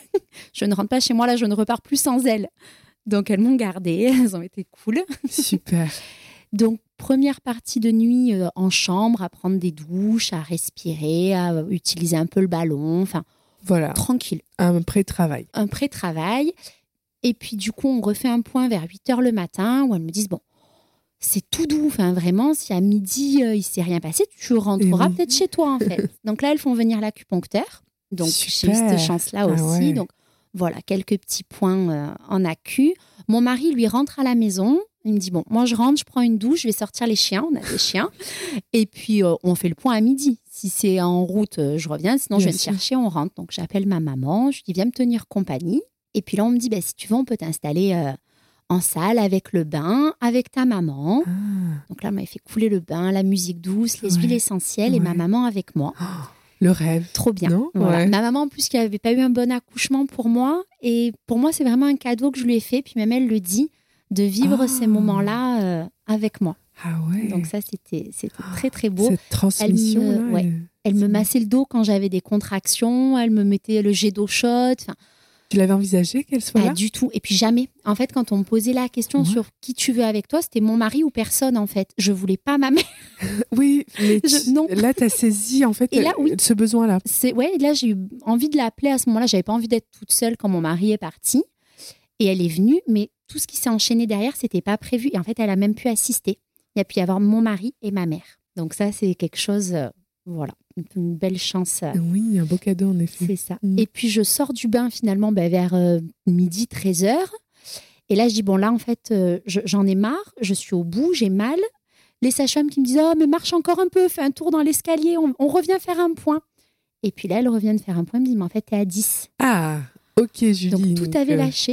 je ne rentre pas chez moi, là, je ne repars plus sans elles. Donc, elles m'ont gardée, elles ont été cool. Super. Donc, première partie de nuit euh, en chambre, à prendre des douches, à respirer, à euh, utiliser un peu le ballon, enfin, voilà. Tranquille. Un pré-travail. Un pré-travail. Et puis, du coup, on refait un point vers huit heures le matin, où elles me disent, bon, c'est tout doux, enfin, vraiment, si à midi, euh, il ne s'est rien passé, tu rentreras oui. peut-être chez toi, en fait. Donc là, elles font venir l'acupuncteur. Donc, Super. J'ai eu cette chance-là ah aussi. Ouais. Donc, voilà, quelques petits points euh, en acu. Mon mari, lui, rentre à la maison. Il me dit, bon, moi, je rentre, je prends une douche, je vais sortir les chiens. On a des chiens. Et puis, euh, on fait le point à midi. Si c'est en route, euh, je reviens. Sinon, Bien je viens sûr. te chercher, on rentre. Donc, j'appelle ma maman. Je lui dis, viens me tenir compagnie. Et puis là, on me dit, bah, si tu veux, on peut t'installer euh, en salle avec le bain, avec ta maman. Ah. Donc là, on m'avait fait couler le bain, la musique douce, les ouais. huiles essentielles ouais. et ma maman avec moi. Oh. Le rêve. Trop bien. Non voilà. ouais. Ma maman, en plus, qui n'avait pas eu un bon accouchement pour moi. Et pour moi, c'est vraiment un cadeau que je lui ai fait. Puis même elle le dit, de vivre oh. ces moments-là euh, avec moi. Ah ouais. Donc ça, c'était, c'était très, très beau. Cette transmission Elle me, ouais, elle... elle me massait le dos quand j'avais des contractions. Elle me mettait le jet d'eau chaude. Enfin, tu l'avais envisagé qu'elle soit pas là ? Pas du tout. Et puis jamais. En fait, quand on me posait la question ouais. sur qui tu veux avec toi, c'était mon mari ou personne, en fait. Je voulais pas ma mère. Oui, mais je, non. là, tu as saisi, en fait, et là, oui. ce besoin-là. C'est, ouais, là, j'ai eu envie de l'appeler à ce moment-là. J'avais pas envie d'être toute seule quand mon mari est parti. Et elle est venue, mais tout ce qui s'est enchaîné derrière, c'était pas prévu. Et en fait, elle a même pu assister. Il y a pu y avoir mon mari et ma mère. Donc ça, c'est quelque chose... Euh, voilà, une belle chance. Oui, un beau cadeau en effet. C'est ça. Mmh. Et puis je sors du bain finalement bah, vers euh, midi, treize heures. Et là, je dis, bon là, en fait, euh, je, j'en ai marre, je suis au bout, j'ai mal. Les sages-femmes qui me disent, oh, mais marche encore un peu, fais un tour dans l'escalier, on, on revient faire un point. Et puis là, elles reviennent faire un point, elles me disent, mais en fait, t'es à dix. Ah, ok Julie. Donc tout donc, avait euh... lâché.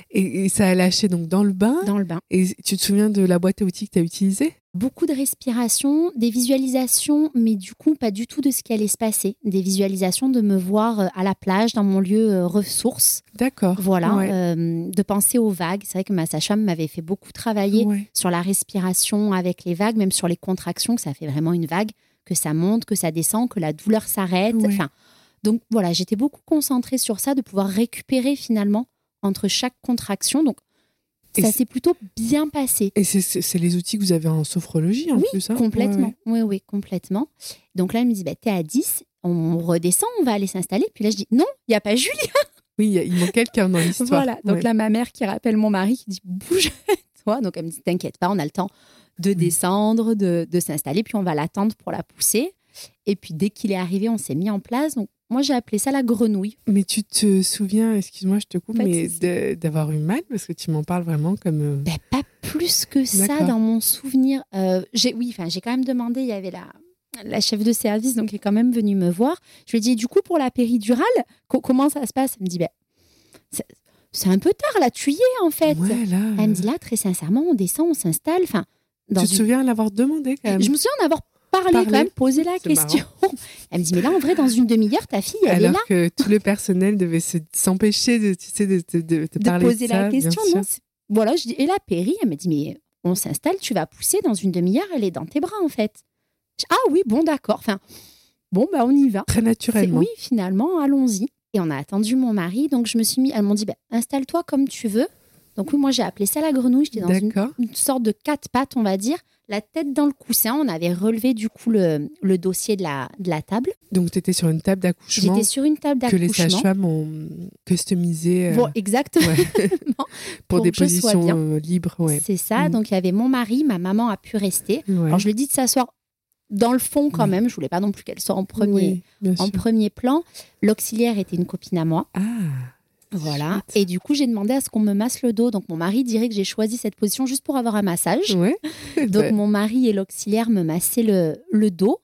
Et, et ça a lâché donc dans le bain. Dans le bain. Et tu te souviens de la boîte à outils que tu as utilisée? Beaucoup de respiration, des visualisations, mais du coup, pas du tout de ce qui allait se passer. Des visualisations de me voir à la plage, dans mon lieu euh, ressource. D'accord. Voilà, ouais. euh, de penser aux vagues. C'est vrai que ma sage-femme m'avait fait beaucoup travailler ouais. sur la respiration avec les vagues, même sur les contractions, que ça fait vraiment une vague, que ça monte, que ça descend, que la douleur s'arrête. Ouais. Enfin, donc voilà, j'étais beaucoup concentrée sur ça, de pouvoir récupérer finalement entre chaque contraction. Donc, Et ça c'est... s'est plutôt bien passé. Et c'est, c'est, c'est les outils que vous avez en sophrologie en oui, plus, hein? complètement. Ouais, ouais. Oui, oui, complètement. Donc là, elle me dit, bah, t'es à dix, on redescend, on va aller s'installer. Puis là, je dis, non, il n'y a pas Julie. Oui, il manque quelqu'un dans l'histoire. Voilà, donc ouais. là, ma mère qui rappelle mon mari, qui dit, bouge-toi. Donc elle me dit, t'inquiète pas, on a le temps de oui. descendre, de, de s'installer, puis on va l'attendre pour la pousser. Et puis dès qu'il est arrivé, on s'est mis en place. Donc moi, j'ai appelé ça la grenouille. Mais tu te souviens, excuse-moi, je te coupe, mais de, d'avoir eu mal, parce que tu m'en parles vraiment comme... Euh... Ben, pas plus que ça. D'accord. Dans mon souvenir. Euh, j'ai, oui, enfin, j'ai quand même demandé, il y avait la, la chef de service, donc qui est quand même venue me voir. Je lui ai dit, du coup, pour la péridurale, co- comment ça se passe? Elle me dit, ben, c'est, c'est un peu tard, là, tu y es, en fait. Ouais, là, euh... Elle me dit, là, très sincèrement, on descend, on s'installe. Enfin, tu te une... souviens l'avoir demandé, quand même? Je me souviens en avoir parlé, Parler. quand même, posé la c'est question. Marrant. Elle me dit, mais là, en vrai, dans une demi-heure, ta fille, elle Alors est là. Alors que tout le personnel devait se, s'empêcher de, tu sais, de, de, de, de parler de poser de ça, la question. Non, voilà, je dis, et la péri, elle me dit, mais on s'installe, tu vas pousser dans une demi-heure, elle est dans tes bras, en fait. Je, ah oui, bon, d'accord. Enfin, bon, bah, on y va. Très naturellement. C'est, oui, finalement, allons-y. Et on a attendu mon mari, donc je me suis mis, elles m'ont dit, bah, installe-toi comme tu veux. Donc oui, moi, j'ai appelé ça la grenouille. J'étais dans une, une sorte de quatre pattes, on va dire. La tête dans le coussin. On avait relevé, du coup, le, le dossier de la, de la table. Donc, tu étais sur une table d'accouchement. J'étais sur une table d'accouchement. Que les sages-femmes ont customisé. Euh... Bon, exactement. Ouais. pour, pour des positions euh, libres. Ouais. C'est ça. Mmh. Donc, il y avait mon mari. Ma maman a pu rester. Ouais. Alors, je lui ai dit de s'asseoir dans le fond quand oui. même. Je ne voulais pas non plus qu'elle soit en premier, oui, en premier plan. L'auxiliaire était une copine à moi. Ah. Voilà. Et du coup, j'ai demandé à ce qu'on me masse le dos. Donc, mon mari dirait que j'ai choisi cette position juste pour avoir un massage. Ouais. Donc, ouais. mon mari et l'auxiliaire me massaient le, le dos.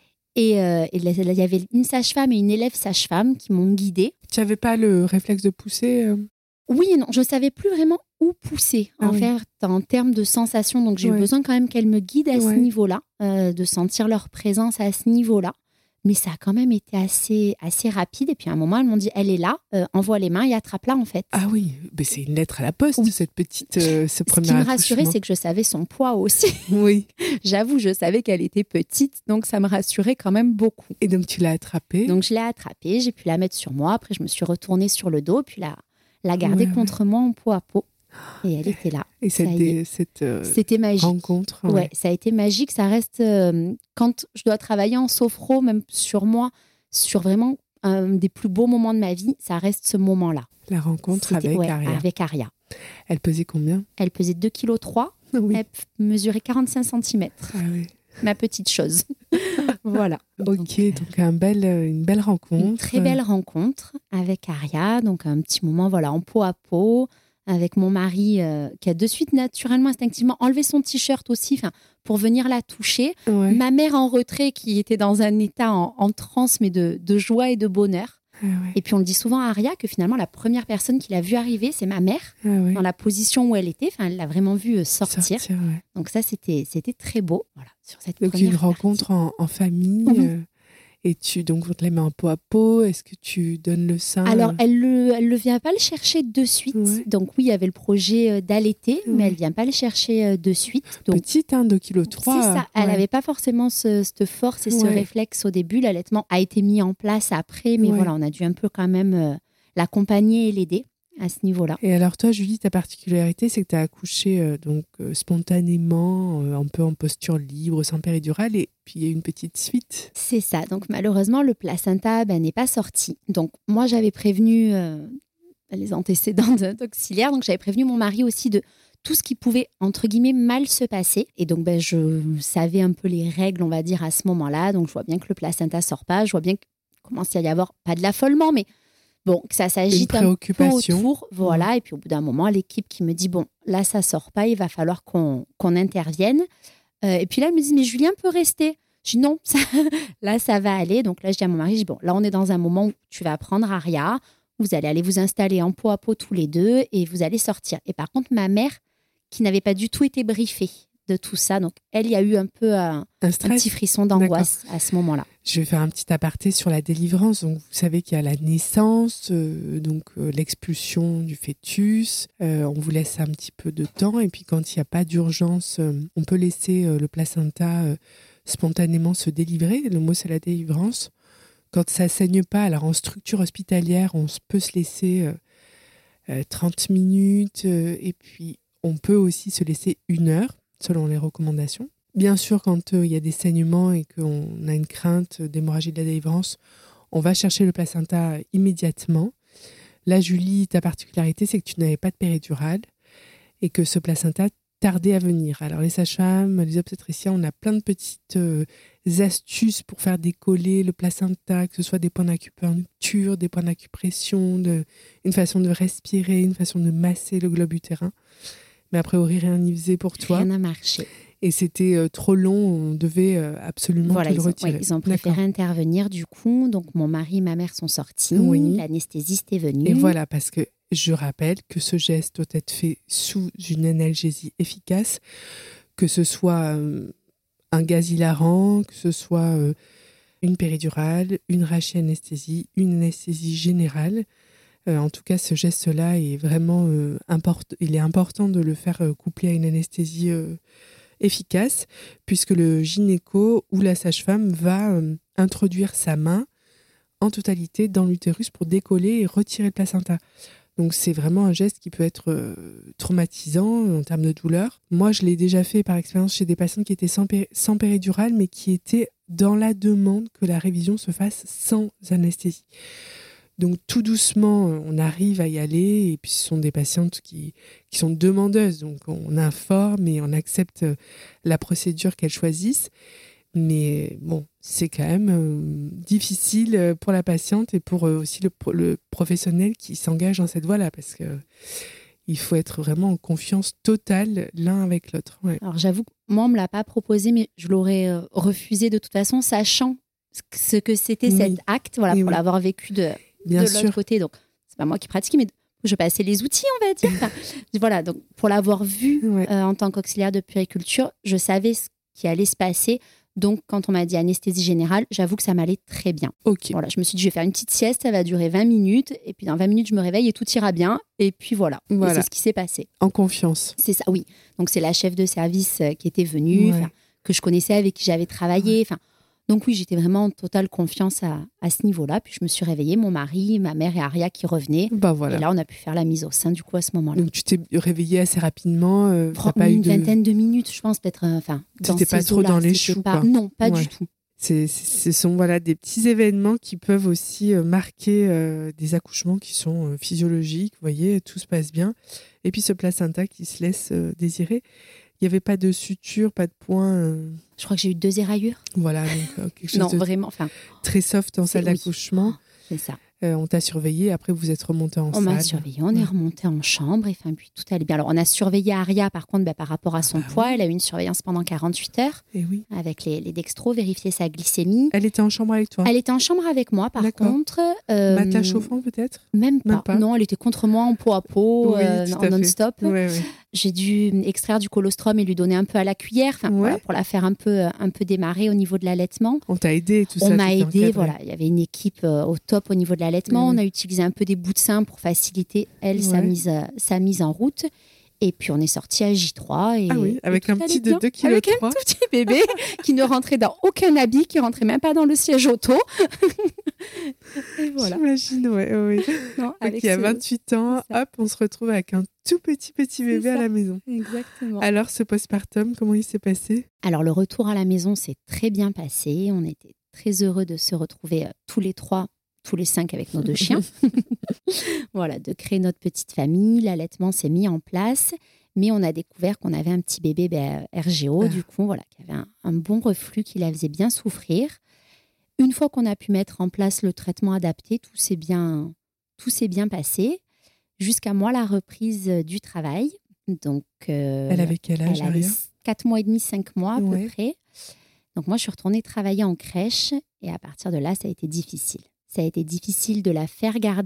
Et euh, il y avait une sage-femme et une élève sage-femme qui m'ont guidée. Tu n'avais pas le réflexe de pousser euh... Oui et non. Je ne savais plus vraiment où pousser ah en, oui. fait, en termes de sensation. Donc, j'ai ouais. eu besoin quand même qu'elles me guident à ouais. ce niveau-là, euh, de sentir leur présence à ce niveau-là. Mais ça a quand même été assez, assez rapide. Et puis à un moment, elles m'ont dit, elle est là, euh, envoie les mains et attrape-la en fait. Ah oui, mais c'est une lettre à la poste, oui. cette petite, euh, ce premier Ce qui me rassurait, c'est que je savais son poids aussi. Oui. J'avoue, je savais qu'elle était petite, donc ça me rassurait quand même beaucoup. Et donc tu l'as attrapée? Donc je l'ai attrapée, j'ai pu la mettre sur moi. Après, je me suis retournée sur le dos, puis la, la garder ouais, contre ouais. moi en peau à peau. Et elle était là. Et cette, dé, cette euh, C'était magique. rencontre. Ouais. ouais, ça a été magique. Ça reste, euh, quand je dois travailler en sophro, même sur moi, sur vraiment un des plus beaux moments de ma vie, ça reste ce moment-là. La rencontre C'était, avec ouais, Aria. Avec Aria. Elle pesait combien? Elle pesait deux virgule trois kilos. Oui. Elle mesurait quarante-cinq centimètres. Ah oui. Ma petite chose. Voilà. Ok, donc, donc un bel, une belle rencontre. Une très belle rencontre avec Aria. Donc un petit moment voilà, en peau à peau. Avec mon mari euh, qui a de suite, naturellement, instinctivement, enlevé son t-shirt aussi pour venir la toucher. Ouais. Ma mère en retrait qui était dans un état en, en transe, mais de, de joie et de bonheur. Ah ouais. Et puis on le dit souvent à Aria que finalement, la première personne qui l'a vue arriver, c'est ma mère, ah ouais. dans la position où elle était. Enfin, elle l'a vraiment vue sortir. sortir ouais. Donc ça, c'était, c'était très beau. Voilà, sur cette donc première une rencontre en, en famille. Oui. Euh... Et tu, donc, on te la met en peau à peau. Est-ce que tu donnes le sein? Alors, elle ne elle le vient pas le chercher de suite. Ouais. Donc, oui, il y avait le projet d'allaiter, ouais. mais elle ne vient pas le chercher de suite. Donc, petite, hein, deux virgule trois kilos. C'est ça. Elle n'avait ouais. pas forcément ce, cette force et ce ouais. réflexe au début. L'allaitement a été mis en place après, mais ouais. voilà, on a dû un peu quand même euh, l'accompagner et l'aider à ce niveau-là. Et alors toi, Julie, ta particularité, c'est que tu as accouché euh, donc, euh, spontanément, euh, un peu en posture libre, sans péridurale, et puis il y a une petite suite. C'est ça. Donc malheureusement, le placenta ben, n'est pas sorti. Donc moi, j'avais prévenu euh, les antécédents d'auxiliaire, donc j'avais prévenu mon mari aussi de tout ce qui pouvait, entre guillemets, mal se passer. Et donc, ben, je savais un peu les règles, on va dire, à ce moment-là. Donc je vois bien que le placenta ne sort pas, je vois bien qu'il commence à y avoir, pas de l'affolement, mais bon, que ça s'agite un peu autour, voilà. Et puis au bout d'un moment, l'équipe qui me dit bon, là ça sort pas, il va falloir qu'on qu'on intervienne. Euh, et puis là, elle me dit mais Julien peut rester. Je dis non, ça, là ça va aller. Donc là, je dis à mon mari, je dis bon, là on est dans un moment où tu vas prendre Aria. vous allez aller vous installer en peau à peau tous les deux et vous allez sortir. Et par contre, ma mère, qui n'avait pas du tout été briefée de tout ça, donc elle, il y a eu un peu un, un, un petit frisson d'angoisse D'accord. à ce moment-là. Je vais faire un petit aparté sur la délivrance. Donc, vous savez qu'il y a la naissance, euh, donc euh, l'expulsion du fœtus. Euh, on vous laisse un petit peu de temps. Et puis, quand il n'y a pas d'urgence, euh, on peut laisser euh, le placenta euh, spontanément se délivrer. Le mot, c'est la délivrance. Quand ça ne saigne pas, alors en structure hospitalière, on peut se laisser euh, euh, trente minutes. Euh, et puis, on peut aussi se laisser une heure, selon les recommandations. Bien sûr, quand il euh, y a des saignements et qu'on a une crainte d'hémorragie de la délivrance, on va chercher le placenta immédiatement. Là, Julie, ta particularité, c'est que tu n'avais pas de péridurale et que ce placenta tardait à venir. Alors, les sages-femmes, les obstétriciens, on a plein de petites euh, astuces pour faire décoller le placenta, que ce soit des points d'acupuncture, des points d'acupression, de, une façon de respirer, une façon de masser le globe utérin. Mais a priori, rien n'y faisait pour toi. Rien n'a marché. Et c'était euh, trop long, on devait euh, absolument voilà, te le ils ont, retirer. Ouais, ils ont préféré D'accord. intervenir du coup. Donc, mon mari et ma mère sont sortis. Oui. L'anesthésiste est venu. Et voilà, parce que je rappelle que ce geste doit être fait sous une analgésie efficace, que ce soit euh, un gaz hilarant, que ce soit euh, une péridurale, une rachianesthésie, une anesthésie générale. Euh, en tout cas, ce geste-là est vraiment euh, important. Il est important de le faire euh, coupler à une anesthésie euh, efficace, puisque le gynéco ou la sage-femme va euh, introduire sa main en totalité dans l'utérus pour décoller et retirer le placenta. Donc, c'est vraiment un geste qui peut être euh, traumatisant en termes de douleur. Moi, je l'ai déjà fait par expérience chez des patientes qui étaient sans, péri- sans péridurale, mais qui étaient dans la demande que la révision se fasse sans anesthésie. Donc, tout doucement, on arrive à y aller. Et puis, ce sont des patientes qui, qui sont demandeuses. Donc, on informe et on accepte la procédure qu'elles choisissent. Mais bon, c'est quand même euh, difficile pour la patiente et pour euh, aussi le, le professionnel qui s'engage dans cette voie-là. Parce qu'il faut être vraiment en confiance totale l'un avec l'autre. Ouais. Alors, j'avoue que moi, on ne me l'a pas proposé, mais je l'aurais euh, refusé de toute façon, sachant ce que c'était oui. cet acte, voilà, pour oui. l'avoir vécu de... Bien de sûr. l'autre côté, donc c'est pas moi qui pratique, mais je passais les outils, on va dire. Enfin, voilà, donc pour l'avoir vu ouais. euh, en tant qu'auxiliaire de puériculture, je savais ce qui allait se passer. Donc, quand on m'a dit anesthésie générale, j'avoue que ça m'allait très bien. Ok. Voilà, je me suis dit, je vais faire une petite sieste, ça va durer vingt minutes, et puis dans vingt minutes, je me réveille et tout ira bien. Et puis voilà, voilà. Et c'est ce qui s'est passé. En confiance. C'est ça, oui. Donc, c'est la chef de service qui était venue, ouais. que je connaissais, avec qui j'avais travaillé. Enfin. Donc oui, j'étais vraiment en totale confiance à, à ce niveau-là. Puis je me suis réveillée, mon mari, ma mère et Aria qui revenaient. Bah voilà. Et là, on a pu faire la mise au sein du coup à ce moment-là. Donc tu t'es réveillée assez rapidement euh, t'as pas Une eu de... vingtaine de minutes, je pense, peut-être. Enfin, tu n'étais pas trop dans les choux, pas... quoi. Non, pas ouais. du tout. C'est, c'est, ce sont voilà, des petits événements qui peuvent aussi euh, marquer euh, des accouchements qui sont euh, physiologiques. Vous voyez, tout se passe bien. Et puis ce placenta qui se laisse euh, désirer. Il n'y avait pas de suture, pas de point. Euh... Je crois que j'ai eu deux éraillures. Voilà, donc euh, quelque chose non, de vraiment, enfin, très soft en salle oui. d'accouchement. Oh, c'est ça. Euh, on t'a surveillé, après vous êtes remonté en on salle. On m'a surveillé, on ouais. est remonté en chambre, et enfin, puis tout allait bien. Alors, on a surveillé Aria, par contre, bah, par rapport à son ah, poids. Oui. Elle a eu une surveillance pendant quarante-huit heures, et oui. avec les, les dextros, vérifier sa glycémie. Elle était en chambre avec toi? Elle était en chambre avec moi, par D'accord. contre. Euh, Matin chauffant, peut-être? Même pas. Même pas. Non, elle était contre moi en peau à peau, oui, euh, en non-stop. Ouais, ouais. J'ai dû extraire du colostrum et lui donner un peu à la cuillère, enfin, ouais. voilà, pour la faire un peu, un peu démarrer au niveau de l'allaitement. On t'a aidé, tout on ça? On m'a aidé, voilà. Il y avait une équipe euh, au top au niveau de l'allaitement. Mmh. On a utilisé un peu des bouts de sein pour faciliter, elle, ouais. sa, mise, euh, sa mise en route. Et puis, on est sorti à J trois. Et, ah oui, avec et un petit de deux kilos. Avec un tout petit bébé qui ne rentrait dans aucun habit, qui ne rentrait même pas dans le siège auto. Et voilà. J'imagine, ouais, ouais. Non, donc, il y a vingt-huit ans, hop, on se retrouve avec un tout petit, petit bébé C'est à ça. la maison. Exactement. Alors, ce postpartum, comment il s'est passé? Alors, le retour à la maison s'est très bien passé. On était très heureux de se retrouver euh, tous les trois, tous les cinq avec nos deux chiens. Voilà, de créer notre petite famille. L'allaitement s'est mis en place. Mais on a découvert qu'on avait un petit bébé ben, R G O, ah. du coup, voilà, qui avait un, un bon reflux qui la faisait bien souffrir. Une fois qu'on a pu mettre en place le traitement adapté, tout s'est bien, tout s'est bien passé. Jusqu'à moi, la reprise du travail. Donc, euh, elle avait quel âge? Elle avait quatre mois et demi, cinq mois à ouais. peu près. Donc, moi, je suis retournée travailler en crèche. Et à partir de là, ça a été difficile. Ça a été difficile de la faire garder.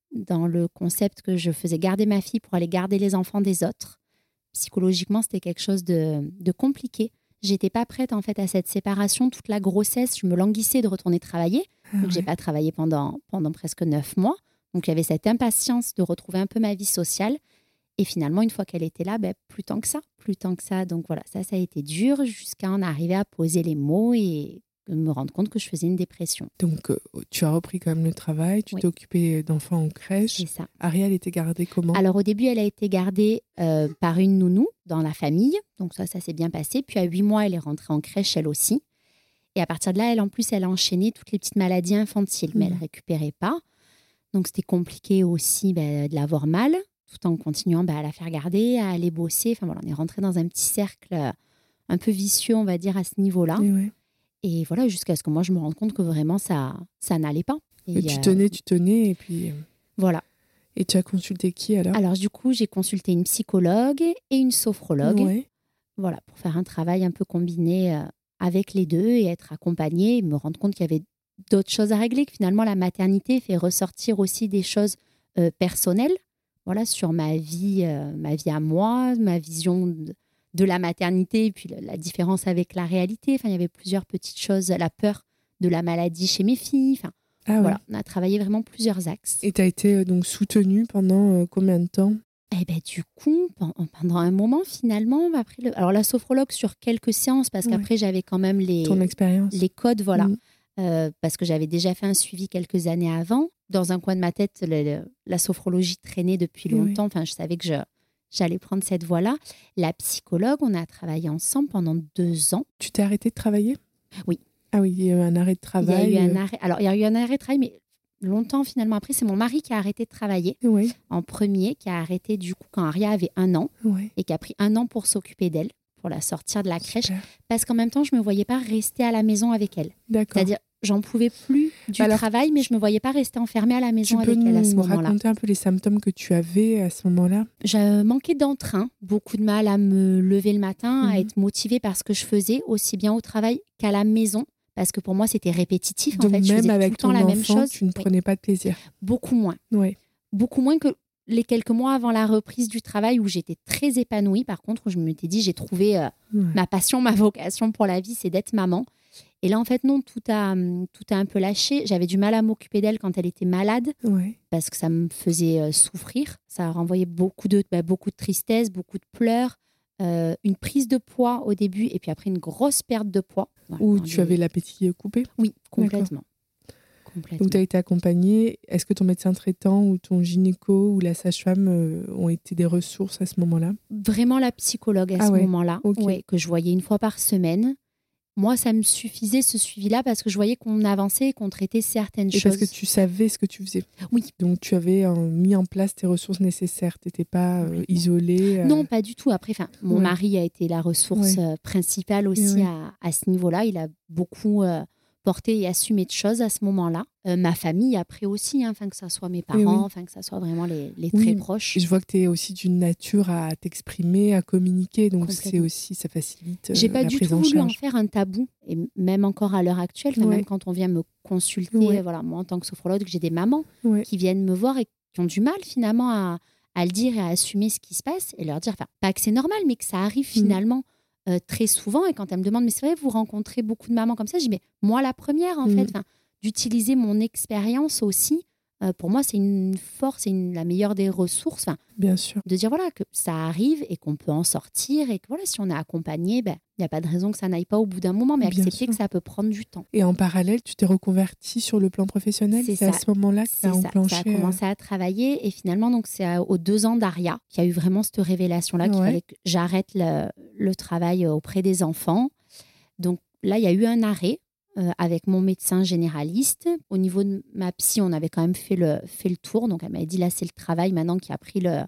dans le concept que je faisais garder ma fille pour aller garder les enfants des autres. Psychologiquement, c'était quelque chose de, de compliqué. J'étais pas prête en fait à cette séparation. Toute la grossesse, je me languissais de retourner travailler. Ah donc, ouais. j'ai pas travaillé pendant, pendant presque neuf mois. Donc, il y avait cette impatience de retrouver un peu ma vie sociale. Et finalement, une fois qu'elle était là, ben, plus tant que ça, plus tant que ça. Donc voilà, ça, ça a été dur jusqu'à en arriver à poser les mots et me rendre compte que je faisais une dépression. Donc, euh, tu as repris quand même le travail, tu Oui. t'es occupée d'enfants en crèche. C'est ça. Ariel était gardée comment ? Alors au début, elle a été gardée euh, par une nounou dans la famille. Donc ça, ça s'est bien passé. Puis à huit mois, elle est rentrée en crèche, elle aussi. Et à partir de là, elle, en plus, elle a enchaîné toutes les petites maladies infantiles. Mais Mmh. elle ne récupérait pas. Donc c'était compliqué aussi ben, de l'avoir mal, tout en continuant ben, à la faire garder, à aller bosser. Enfin voilà, on est rentré dans un petit cercle euh, un peu vicieux, on va dire, à ce niveau-là. Et, ouais. Et voilà, jusqu'à ce que moi, je me rende compte que vraiment, ça, ça n'allait pas. Et, Et tu euh, tenais, tu tenais, et puis... Voilà. Et tu as consulté qui alors ? Alors du coup, j'ai consulté une psychologue et une sophrologue. Ouais. Voilà, pour faire un travail un peu combiné euh, avec les deux et être accompagnée et me rendre compte qu'il y avait d'autres choses à régler, que finalement la maternité fait ressortir aussi des choses euh, personnelles, voilà, sur ma vie, euh, ma vie à moi, ma vision de, de la maternité et puis la, la différence avec la réalité. Enfin, il y avait plusieurs petites choses, la peur de la maladie chez mes filles. Enfin, Ah ouais. voilà, on a travaillé vraiment plusieurs axes. Et tu as été euh, donc soutenue pendant euh, combien de temps ? Et ben du coup, pendant un moment, finalement, après le... alors la sophrologue sur quelques séances, parce Ouais. qu'après, j'avais quand même les, Ton expérience ? les codes, voilà. Mmh. Euh, parce que j'avais déjà fait un suivi quelques années avant. Dans un coin de ma tête, le, le, la sophrologie traînait depuis Et longtemps. Enfin, je savais que je, j'allais prendre cette voie-là. La psychologue, on a travaillé ensemble pendant deux ans. Tu t'es arrêtée de travailler ? Oui. Ah oui, il y a eu un arrêt de travail. Il y a eu un euh, arrêt. Alors, il y a eu un arrêt de travail, mais longtemps finalement après, c'est mon mari qui a arrêté de travailler Oui, en premier, qui a arrêté du coup quand Aria avait un an ouais. et qui a pris un an pour s'occuper d'elle, pour la sortir de la crèche, Super. parce qu'en même temps, je ne me voyais pas rester à la maison avec elle. D'accord. C'est-à-dire, j'en pouvais plus du Alors, travail, mais je ne me voyais pas rester enfermée à la Tu maison peux avec elle à ce nous moment-là. raconter un peu les symptômes que tu avais à ce moment-là ? Je manquais d'entrain, beaucoup de mal à me lever le matin, Mhm. à être motivée par ce que je faisais, aussi bien au travail qu'à la maison. Parce que pour moi, c'était répétitif. Donc en fait, je même faisais avec tout le temps ton la même enfant, chose. tu ne Oui. prenais pas de plaisir. Beaucoup moins. Ouais. Beaucoup moins que les quelques mois avant la reprise du travail où j'étais très épanouie. Par contre, où je me suis dit, j'ai trouvé euh, Ouais. ma passion, ma vocation pour la vie, c'est d'être maman. Et là, en fait, non, tout a, tout a un peu lâché. J'avais du mal à m'occuper d'elle quand elle était malade Ouais. parce que ça me faisait euh, souffrir. Ça renvoyait beaucoup de, bah, beaucoup de tristesse, beaucoup de pleurs, euh, une prise de poids au début et puis après une grosse perte de poids. Voilà, Ou dans tu les- avais l'appétit coupé ? Oui, complètement. Complètement. Donc tu as été accompagnée. Est-ce que ton médecin traitant ou ton gynéco ou la sage-femme euh, ont été des ressources à ce moment-là ? Vraiment la psychologue à Ah ce ouais, moment-là, ok. ouais, que je voyais une fois par semaine. Moi, ça me suffisait ce suivi-là parce que je voyais qu'on avançait et qu'on traitait certaines Et choses. parce que tu savais ce que tu faisais. Oui. Donc tu avais euh, mis en place tes ressources nécessaires. Tu n'étais pas euh, isolée. euh, Non, pas du tout. Après, enfin, mon Ouais. mari a été la ressource Ouais. euh, principale aussi ouais. à, à ce niveau-là. Il a beaucoup euh, porté et assumé de choses à ce moment-là. Euh, ma famille après aussi, hein, enfin, que ça soit mes parents, oui. enfin, que ça soit vraiment les, les Oui, très proches. Je vois que tu es aussi d'une nature à t'exprimer, à communiquer. Donc c'est Complètement. aussi, ça facilite euh, J'ai pas la du prise tout en voulu en charge. faire un tabou, et même encore à l'heure actuelle, enfin, Ouais. même quand on vient me consulter, Ouais. voilà, moi en tant que sophrologue, j'ai des mamans Ouais. qui viennent me voir et qui ont du mal finalement à, à le dire et à assumer ce qui se passe et leur dire, enfin, pas que c'est normal, mais que ça arrive finalement euh, très souvent. Et quand elles me demandent, mais c'est vrai, vous rencontrez beaucoup de mamans comme ça, je dis, mais moi la première en Mm. fait, enfin, d'utiliser mon expérience aussi, euh, pour moi c'est une force, c'est une- la meilleure des ressources. Enfin, Bien sûr. de dire voilà que ça arrive et qu'on peut en sortir et que voilà, si on est accompagné, ben il n'y a pas de raison que ça n'aille pas au bout d'un moment, mais Bien accepter sûr. que ça peut prendre du temps. Et en parallèle, tu t'es reconvertie sur le plan professionnel. C'est C'est à ça. ce moment-là que tu C'est as ça, enclenché. ça a commencé à travailler et finalement donc c'est à- aux deux ans d'Aria qu'il y a eu vraiment cette révélation-là qu'il Ouais. fallait que j'arrête le, le travail auprès des enfants. Donc là, il y a eu un arrêt euh, avec mon médecin généraliste. Au niveau de ma psy, on avait quand même fait le, fait le tour. Donc elle m'avait dit là, c'est le travail maintenant qui a pris le,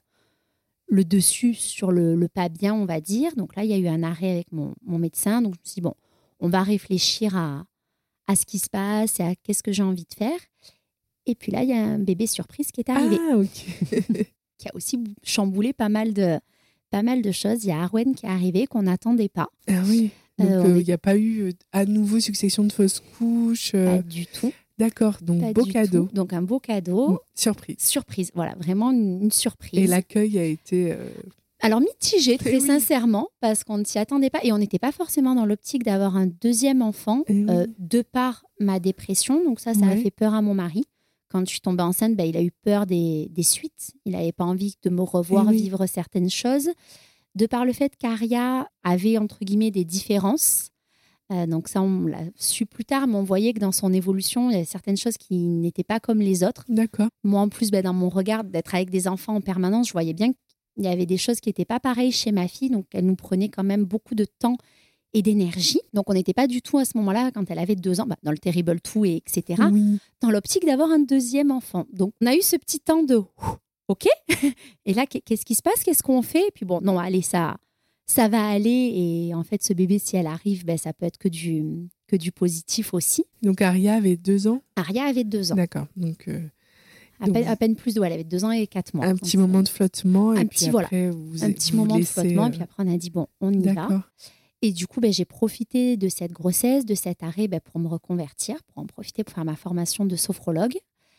le dessus sur le, le pas bien, on va dire. Donc là, il y a eu un arrêt avec mon, mon médecin. Donc je me suis dit, bon, on va réfléchir à, à ce qui se passe et à qu'est-ce que j'ai envie de faire. Et puis là, il y a un bébé surprise qui est arrivé, Ah, ok. qui a aussi chamboulé pas mal de, pas mal de choses. Il y a Arwen qui est arrivé, qu'on n'attendait pas. Ah oui. Donc, Euh, il on n'y est- a pas eu euh, à nouveau succession de fausses couches. euh, Pas du tout. D'accord, donc Pas beau du cadeau. tout. Donc un beau cadeau. Mmh, surprise. Surprise, voilà, vraiment une, une surprise. Et l'accueil a été... Euh... Alors mitigé, très oui. sincèrement, parce qu'on ne s'y attendait pas. Et on n'était pas forcément dans l'optique d'avoir un deuxième enfant, oui. euh, de par ma dépression. Donc ça, ça ouais. a fait peur à mon mari. Quand je suis tombée enceinte, bah, il a eu peur des, des suites. Il n'avait pas envie de me revoir oui. vivre certaines choses. De par le fait qu'Aria avait, entre guillemets, des différences. Euh, donc ça, on l'a su plus tard, mais on voyait que dans son évolution, il y avait certaines choses qui n'étaient pas comme les autres. D'accord. Moi, en plus, bah, dans mon regard d'être avec des enfants en permanence, je voyais bien qu'il y avait des choses qui n'étaient pas pareilles chez ma fille. Donc, elle nous prenait quand même beaucoup de temps et d'énergie. Donc, on n'était pas du tout à ce moment-là, quand elle avait deux ans, bah, dans le Terrible Two, et etc., oui. dans l'optique d'avoir un deuxième enfant. Donc, on a eu ce petit temps de « OK ». Et là, qu'est-ce qui se passe? Qu'est-ce qu'on fait? Et puis bon, non, allez, ça, ça va aller. Et en fait, ce bébé, si elle arrive, ben, ça peut être que du, que du positif aussi. Donc, Aria avait deux ans? Aria avait deux ans. D'accord. Donc... Euh... À peine, à peine plus de, ouais, elle avait deux ans et quatre mois. Un petit moment euh, de flottement. Un et petit, puis voilà, après, vous, un petit vous moment laissez, de flottement. euh... Et puis après, on a dit, bon, on y D'accord. va. Et du coup, ben, j'ai profité de cette grossesse, de cet arrêt ben, pour me reconvertir, pour en profiter pour faire ma formation de sophrologue.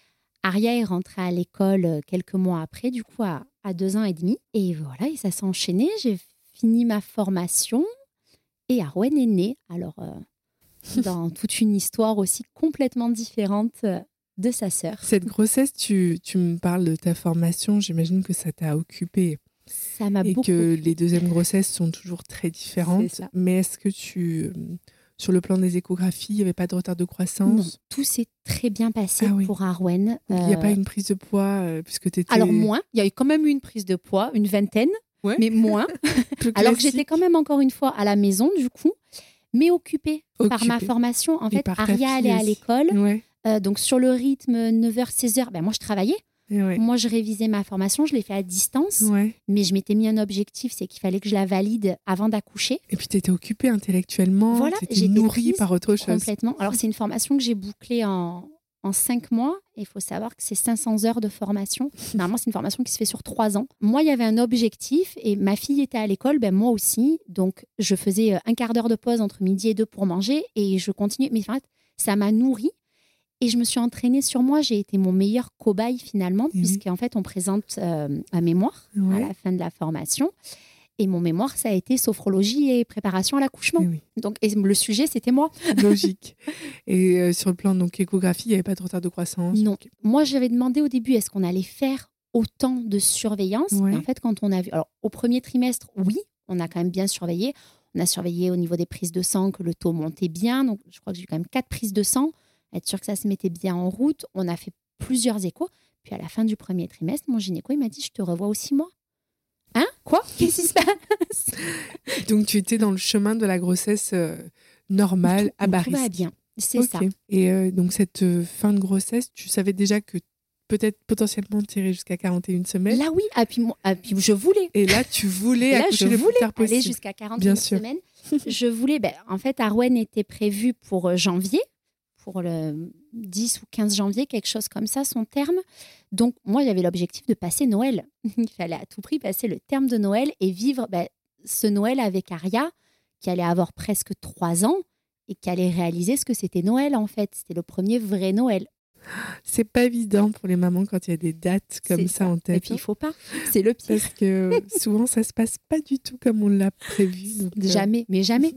Aria est rentrée à l'école quelques mois après, du coup, à, à deux ans et demi. Et voilà, et ça s'est enchaîné. J'ai fini ma formation et Arwen est née. Alors, euh, dans toute une histoire aussi complètement différente de sa sœur. Cette grossesse, tu, tu me parles de ta formation, j'imagine que ça t'a occupée. Ça m'a et beaucoup que occupée. Les deuxièmes grossesses sont toujours très différentes. Mais est-ce que tu, sur le plan des échographies, il n'y avait pas de retard de croissance? Non, tout s'est très bien passé ah, oui. pour Arwen. Il n'y a euh... pas une prise de poids euh, puisque tu étais... Alors moins, il y a eu quand même eu une prise de poids, une vingtaine, ouais. mais moins. Alors que j'étais quand même encore une fois à la maison du coup, mais occupée, occupée. par ma formation. En et fait, Aria allait à l'école. Ouais. Euh, donc sur le rythme neuf heures seize heures, ben moi je travaillais. Ouais. Moi je révisais ma formation, je l'ai fait à distance, ouais. mais je m'étais mis un objectif, c'est qu'il fallait que je la valide avant d'accoucher. Et puis tu étais occupée intellectuellement, voilà, tu étais nourrie par autre chose. Complètement. Alors c'est une formation que j'ai bouclée en, en cinq mois, et il faut savoir que c'est cinq cents heures de formation. Normalement c'est une formation qui se fait sur trois ans. Moi il y avait un objectif, et ma fille était à l'école, ben moi aussi, donc je faisais un quart d'heure de pause entre midi et deux pour manger, et je continuais, mais en fait ça m'a nourrie. Et je me suis entraînée sur moi. J'ai été mon meilleur cobaye finalement, mmh. puisqu'en fait, on présente euh, un mémoire ouais. à la fin de la formation. Et mon mémoire, ça a été sophrologie et préparation à l'accouchement. Et oui. Donc, et le sujet, c'était moi. Logique. Et euh, sur le plan donc, échographie, il n'y avait pas de retard de croissance? Non. Okay. Moi, j'avais demandé au début, est-ce qu'on allait faire autant de surveillance? ouais. Et en fait, quand on a vu... Alors, au premier trimestre, oui, on a quand même bien surveillé. On a surveillé au niveau des prises de sang que le taux montait bien. Donc, je crois que j'ai eu quand même quatre prises de sang. Être sûr que ça se mettait bien en route. On a fait plusieurs échos. Puis à la fin du premier trimestre, mon gynéco, il m'a dit, je te revois aux six mois. Hein? Quoi? Qu'est-ce qui se passe? Donc, tu étais dans le chemin de la grossesse euh, normale, tout, à bas risque. Tout va bien, c'est okay. ça. Et euh, donc, cette euh, fin de grossesse, tu savais déjà que peut-être potentiellement tirer jusqu'à quarante et une semaines? Là, oui. Ah, puis, moi, ah, puis je voulais. Et là, tu voulais là, accoucher je le voulais plus tard possible. aller jusqu'à quarante et une semaines. Je voulais... Ben, en fait, Arwen était prévue pour euh, janvier. Pour le dix ou quinze janvier, quelque chose comme ça, son terme. Donc, moi, j'avais l'objectif de passer Noël. Il fallait à tout prix passer le terme de Noël et vivre ben, ce Noël avec Aria, qui allait avoir presque trois ans et qui allait réaliser ce que c'était Noël, en fait. C'était le premier vrai Noël. C'est pas évident pour les mamans quand il y a des dates comme ça, ça en tête. Et puis, il faut pas. C'est le pire. Parce que souvent, ça se passe pas du tout comme on l'a prévu. Donc, jamais, euh... mais jamais.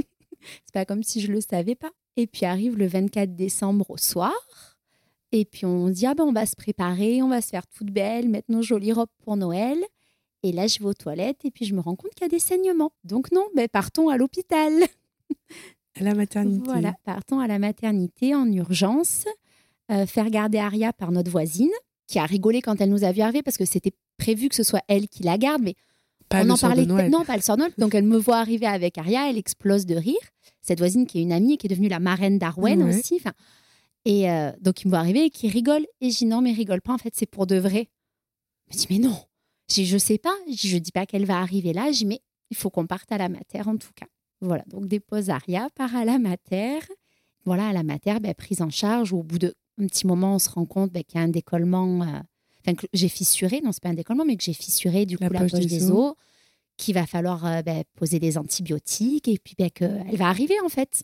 C'est pas comme si je le savais pas. Et puis arrive le vingt-quatre décembre au soir. Et puis on dit, ah ben on va se préparer, on va se faire toute belle, mettre nos jolies robes pour Noël. Et là, je vais aux toilettes et puis je me rends compte qu'il y a des saignements. Donc non, ben partons à l'hôpital. À la maternité. Voilà, partons à la maternité en urgence. Euh, faire garder Aria par notre voisine, qui a rigolé quand elle nous a vu arriver parce que c'était prévu que ce soit elle qui la garde, mais pas on le en soir parlait. De Noël. Non, pas le soir de Noël. Donc elle me voit arriver avec Aria, elle explose de rire. Cette voisine qui est une amie et qui est devenue la marraine d'Arwen ouais. aussi. Enfin, et euh, donc, il me voit arriver et qui rigole. Et je dis non, mais rigole pas, en fait, c'est pour de vrai. Je me dis, mais non, je dis, je sais pas. Je dis pas qu'elle va arriver là. Je dis, mais il faut qu'on parte à la mater en tout cas. Voilà, donc dépose Aria, part à la mater. Voilà, à la mater, ben, prise en charge. Au bout d'un petit moment, on se rend compte ben, qu'il y a un décollement. Euh, enfin, que j'ai fissuré. Non, c'est pas un décollement, mais que j'ai fissuré du coup la, la poche, poche des, des os. os. Qu'il va falloir euh, ben, poser des antibiotiques et puis ben, qu'elle va arriver en fait.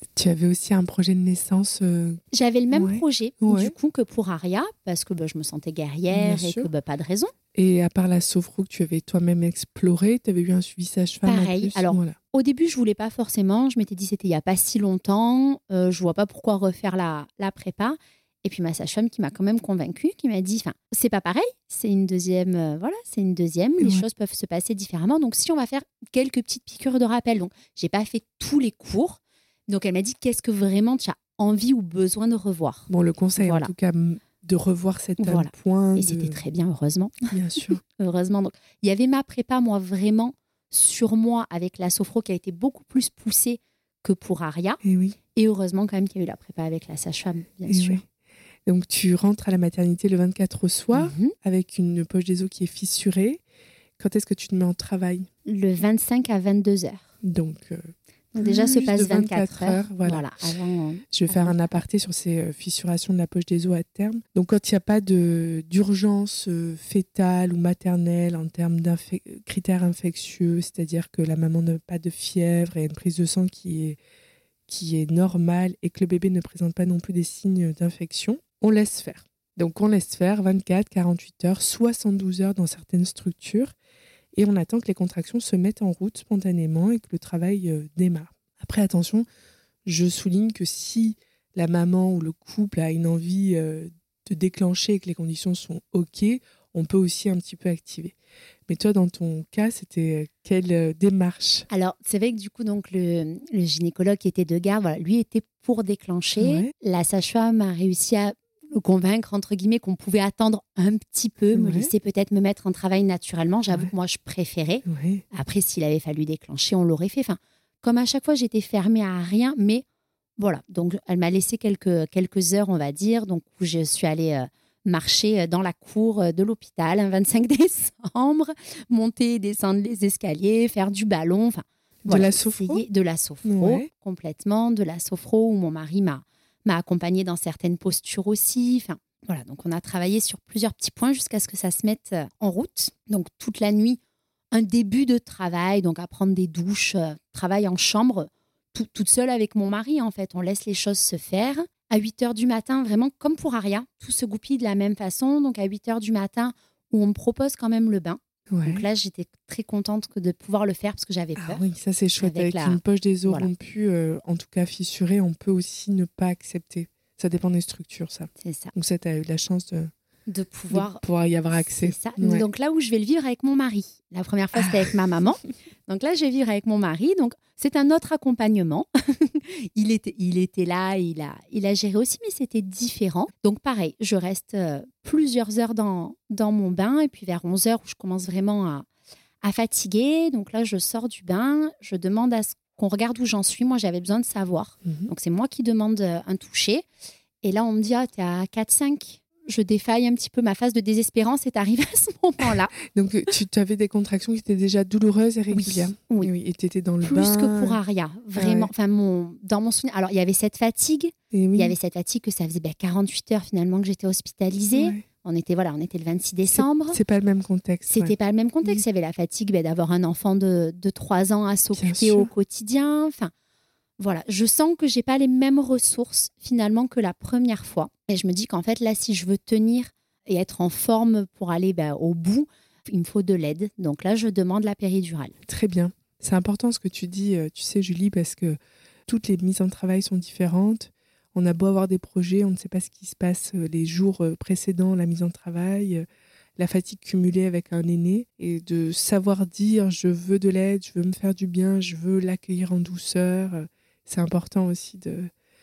Tu avais aussi un projet de naissance euh... J'avais le même ouais. projet, ouais. du coup, que pour Aria, parce que bah, je me sentais guerrière Bien et sûr. que bah, pas de raison. Et à part la sophro que tu avais toi-même explorée, tu avais eu un suivi sage-femme Pareil. en plus. Alors, voilà. Au début, je voulais pas forcément. Je m'étais dit c'était il y a pas si longtemps. Euh, je vois pas pourquoi refaire la, la prépa. Et puis ma sage-femme qui m'a quand même convaincue, qui m'a dit, enfin, c'est pas pareil. C'est une deuxième, euh, voilà, c'est une deuxième. Les ouais. choses peuvent se passer différemment. Donc si on va faire quelques petites piqûres de rappel, donc j'ai pas fait tous les cours. Donc elle m'a dit qu'est-ce que vraiment tu as envie ou besoin de revoir. Bon, le conseil voilà. en tout cas de revoir cet voilà. point. Et de... c'était très bien, heureusement. Bien sûr. heureusement. Donc il y avait ma prépa, moi vraiment. sur moi avec la sophro qui a été beaucoup plus poussée que pour Aria. Et, oui. et heureusement quand même qu'il y a eu la prépa avec la sage-femme, bien et sûr. Oui. Donc tu rentres à la maternité le vingt-quatre au soir mm-hmm. avec une poche des os qui est fissurée. Quand est-ce que tu te mets en travail ? Le vingt-cinq à vingt-deux heures. Donc, euh, Donc déjà se passe vingt-quatre vingt-quatre heures. Voilà. voilà avant, Je vais faire un aparté sur ces euh, fissurations de la poche des os à terme. Donc quand il n'y a pas de, d'urgence euh, fétale ou maternelle en termes de critères infectieux, c'est-à-dire que la maman n'a pas de fièvre et une prise de sang qui est, qui est normale et que le bébé ne présente pas non plus des signes d'infection, on laisse faire. Donc on laisse faire vingt-quatre, quarante-huit heures, soixante-douze heures dans certaines structures et on attend que les contractions se mettent en route spontanément et que le travail euh, démarre. Après, attention, je souligne que si la maman ou le couple a une envie euh, de déclencher et que les conditions sont OK, on peut aussi un petit peu activer. Mais toi, dans ton cas, c'était quelle euh, démarche ? Alors, c'est vrai que du coup, donc, le, le gynécologue qui était de garde, voilà, lui était pour déclencher. Ouais. La sage-femme a réussi à le convaincre, entre guillemets, qu'on pouvait attendre un petit peu, ouais. me laisser peut-être me mettre en travail naturellement. J'avoue ouais. que moi, je préférais. Ouais. Après, s'il avait fallu déclencher, on l'aurait fait. Enfin, comme à chaque fois, j'étais fermée à rien, mais voilà. Donc, elle m'a laissé quelques, quelques heures, on va dire, donc où je suis allée euh, marcher dans la cour de l'hôpital un vingt-cinq décembre, monter et descendre les escaliers, faire du ballon. Enfin, de voilà, la sophro De la sophro, ouais. complètement. De la sophro où mon mari m'a, m'a accompagnée dans certaines postures aussi. Enfin, voilà, donc on a travaillé sur plusieurs petits points jusqu'à ce que ça se mette en route. Donc, toute la nuit, un début de travail, donc à prendre des douches, euh, travail en chambre, tout, toute seule avec mon mari, en fait. On laisse les choses se faire. À huit heures du matin, vraiment comme pour Aria, tout se goupille de la même façon. Donc à huit heures du matin, où on me propose quand même le bain. Ouais. Donc là, j'étais très contente de pouvoir le faire parce que j'avais peur. Ah oui, ça c'est chouette. Avec, avec la... une poche des os voilà. rompue, euh, en tout cas fissurée, on peut aussi ne pas accepter. Ça dépend des structures, ça. C'est ça. Donc ça, tu as eu la chance de... De pouvoir... de pouvoir y avoir accès. C'est ça. Ouais. Donc là où je vais le vivre avec mon mari. La première fois, c'était avec ma maman. Donc là, je vais vivre avec mon mari. Donc c'est un autre accompagnement. il, était, il était là, il a, il a géré aussi, mais c'était différent. Donc pareil, je reste euh, plusieurs heures dans, dans mon bain. Et puis vers onze heures, où je commence vraiment à, à fatiguer. Donc là, je sors du bain. Je demande à ce qu'on regarde où j'en suis. Moi, j'avais besoin de savoir. Mm-hmm. Donc c'est moi qui demande un toucher. Et là, on me dit, ah, t'es à quatre cinq. Je défaille un petit peu, ma phase de désespérance est arrivée à ce moment-là. Donc, tu avais des contractions qui étaient déjà douloureuses et régulières. Oui. oui. oui. Et tu étais dans le Plus bain. Plus que pour Aria, vraiment. Ah ouais. Enfin, mon, dans mon souvenir. Alors, il y avait cette fatigue. Et oui. Il y avait cette fatigue que ça faisait ben, quarante-huit heures finalement que j'étais hospitalisée. Ouais. On était, voilà, on était le vingt-six décembre. C'est, c'est pas le même contexte. C'était ouais. pas le même contexte. Mmh. Il y avait la fatigue ben, d'avoir un enfant de, de trois ans à s'occuper au quotidien. Enfin, voilà, je sens que j'ai pas les mêmes ressources finalement que la première fois. Et je me dis qu'en fait, là, si je veux tenir et être en forme pour aller bah, au bout, il me faut de l'aide. Donc là, je demande la péridurale. Très bien. C'est important ce que tu dis, tu sais, Julie, parce que toutes les mises en travail sont différentes. On a beau avoir des projets, on ne sait pas ce qui se passe les jours précédents, la mise en travail, la fatigue cumulée avec un aîné. Et de savoir dire, je veux de l'aide, je veux me faire du bien, je veux l'accueillir en douceur. C'est important aussi de...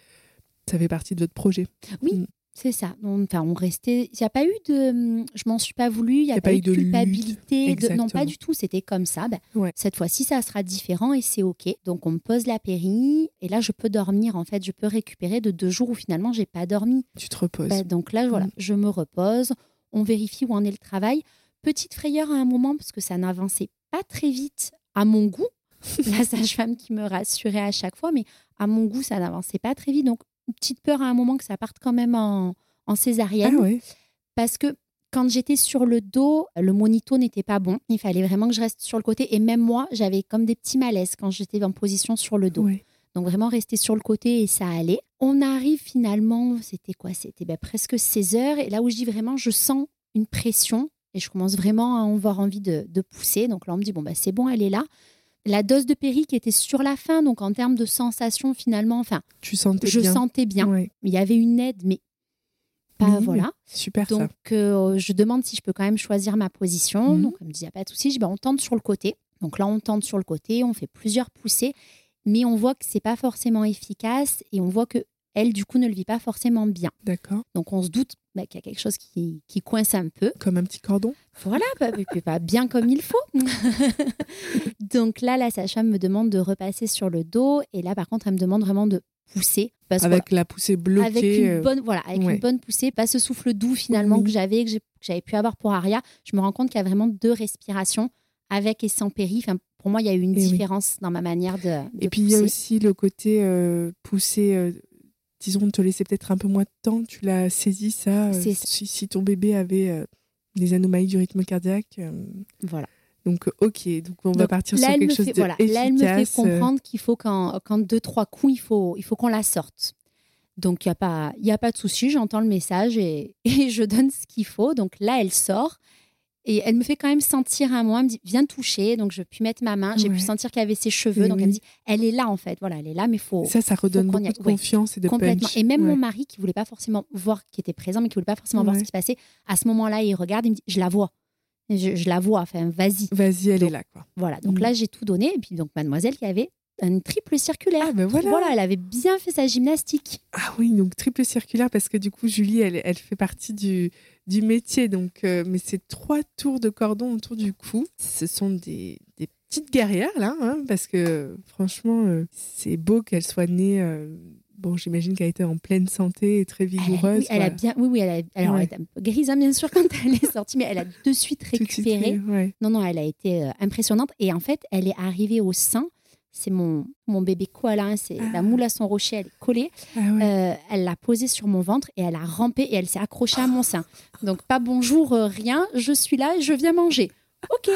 Ça fait partie de votre projet. Oui. Mmh. C'est ça. On, enfin, on restait. Il n'y a pas eu de. Je m'en suis pas voulu. Il n'y a, a pas, pas eu de culpabilité. De, non, pas du tout. C'était comme ça. Ben, ouais. Cette fois-ci, ça sera différent et c'est ok. Donc, on me pose la péri et là, je peux dormir. En fait, je peux récupérer de deux jours où finalement, j'ai pas dormi. Tu te reposes. Ben, donc là, voilà, mmh. je me repose. On vérifie où en est le travail. Petite frayeur à un moment parce que ça n'avançait pas très vite à mon goût. La sage-femme qui me rassurait à chaque fois, mais à mon goût, ça n'avançait pas très vite. Donc, petite peur à un moment que ça parte quand même en, en césarienne. Ah ouais. Parce que quand j'étais sur le dos, le monito n'était pas bon. Il fallait vraiment que je reste sur le côté. Et même moi, j'avais comme des petits malaises quand j'étais en position sur le dos. Ouais. Donc vraiment rester sur le côté et ça allait. On arrive finalement, c'était quoi? C'était ben, presque seize heures. Et là où je dis vraiment, je sens une pression et je commence vraiment à avoir envie de, de pousser. Donc là, on me dit, bon, ben, c'est bon, elle est là. La dose de péri qui était sur la fin, donc en termes de sensation finalement, enfin, tu sentais je bien. sentais bien. Ouais. Il y avait une aide, mais pas, Oui, voilà. Super donc, ça. Donc, euh, je demande si je peux quand même choisir ma position. Mmh. Donc, elle me dit, il n'y a pas de souci. Je dis, ben, on tente sur le côté. Donc là, on tente sur le côté, on fait plusieurs poussées, mais on voit que ce n'est pas forcément efficace et on voit qu'elle, du coup, ne le vit pas forcément bien. D'accord. Donc, on se doute bah, qu'il y a quelque chose qui, qui coince un peu. Comme un petit cordon. Voilà, bah, bah, bah, bien comme il faut. Donc là, la sage-femme me demande de repasser sur le dos et là, par contre, elle me demande vraiment de pousser. Parce avec que, la poussée bloquée. Avec une bonne, voilà, avec ouais. une bonne poussée, pas ce souffle doux finalement oui. que j'avais, que, que j'avais pu avoir pour Aria. Je me rends compte qu'il y a vraiment deux respirations avec et sans péri. Enfin, pour moi, il y a eu une et différence oui. dans ma manière de, de Et puis, pousser. il y a aussi le côté euh, pousser, euh, disons, de te laisser peut-être un peu moins de temps. Tu l'as saisi, ça. Euh, si, si ton bébé avait euh, des anomalies du rythme cardiaque. Euh, voilà. Donc, ok. Donc, on donc, va partir sur quelque chose fait, de voilà, efficace. Là, elle me fait comprendre qu'il faut qu'en, qu'en deux, trois coups, il faut, il faut qu'on la sorte. Donc, il n'y a pas, y a pas de souci. J'entends le message et, et je donne ce qu'il faut. Donc, là, elle sort. Et elle me fait quand même sentir un moi, elle me dit viens toucher, donc je puis mettre ma main, j'ai ouais. pu sentir qu'elle avait ses cheveux, et donc oui. elle me dit elle est là en fait, voilà elle est là, mais faut ça ça redonne beaucoup a... de confiance ouais, et de complètement. punch. Et même ouais. mon mari qui voulait pas forcément voir, qui était présent mais qui voulait pas forcément ouais. voir ce qui se passait, à ce moment-là il regarde, il me dit je la vois, je, je la vois, enfin vas-y, vas-y elle donc, est là quoi. Voilà donc mmh. là j'ai tout donné et puis donc mademoiselle qui avait une triple circulaire. Ah ben voilà. Voilà, elle avait bien fait sa gymnastique. Ah oui, donc triple circulaire parce que du coup Julie, elle, elle fait partie du, du métier. Donc, euh, mais c'est trois tours de cordon autour du cou. Ce sont des, des petites guerrières là, hein, parce que franchement, euh, c'est beau qu'elle soit née. Euh, bon, j'imagine qu'elle a été en pleine santé et très vigoureuse. Elle a, oui, elle a bien, oui, oui, elle a, alors ouais. elle était un peu grise, hein, bien sûr, quand elle est sortie, mais elle a de suite récupéré. De suite, ouais. Non, non, elle a été euh, impressionnante. Et en fait, elle est arrivée au sein. C'est mon, mon bébé koala, c'est ah. la moule à son rocher, elle est collée. Ah ouais. euh, elle l'a posée sur mon ventre et elle a rampé et elle s'est accrochée à mon sein. Donc, pas bonjour, euh, rien, je suis là, je viens manger. Ok.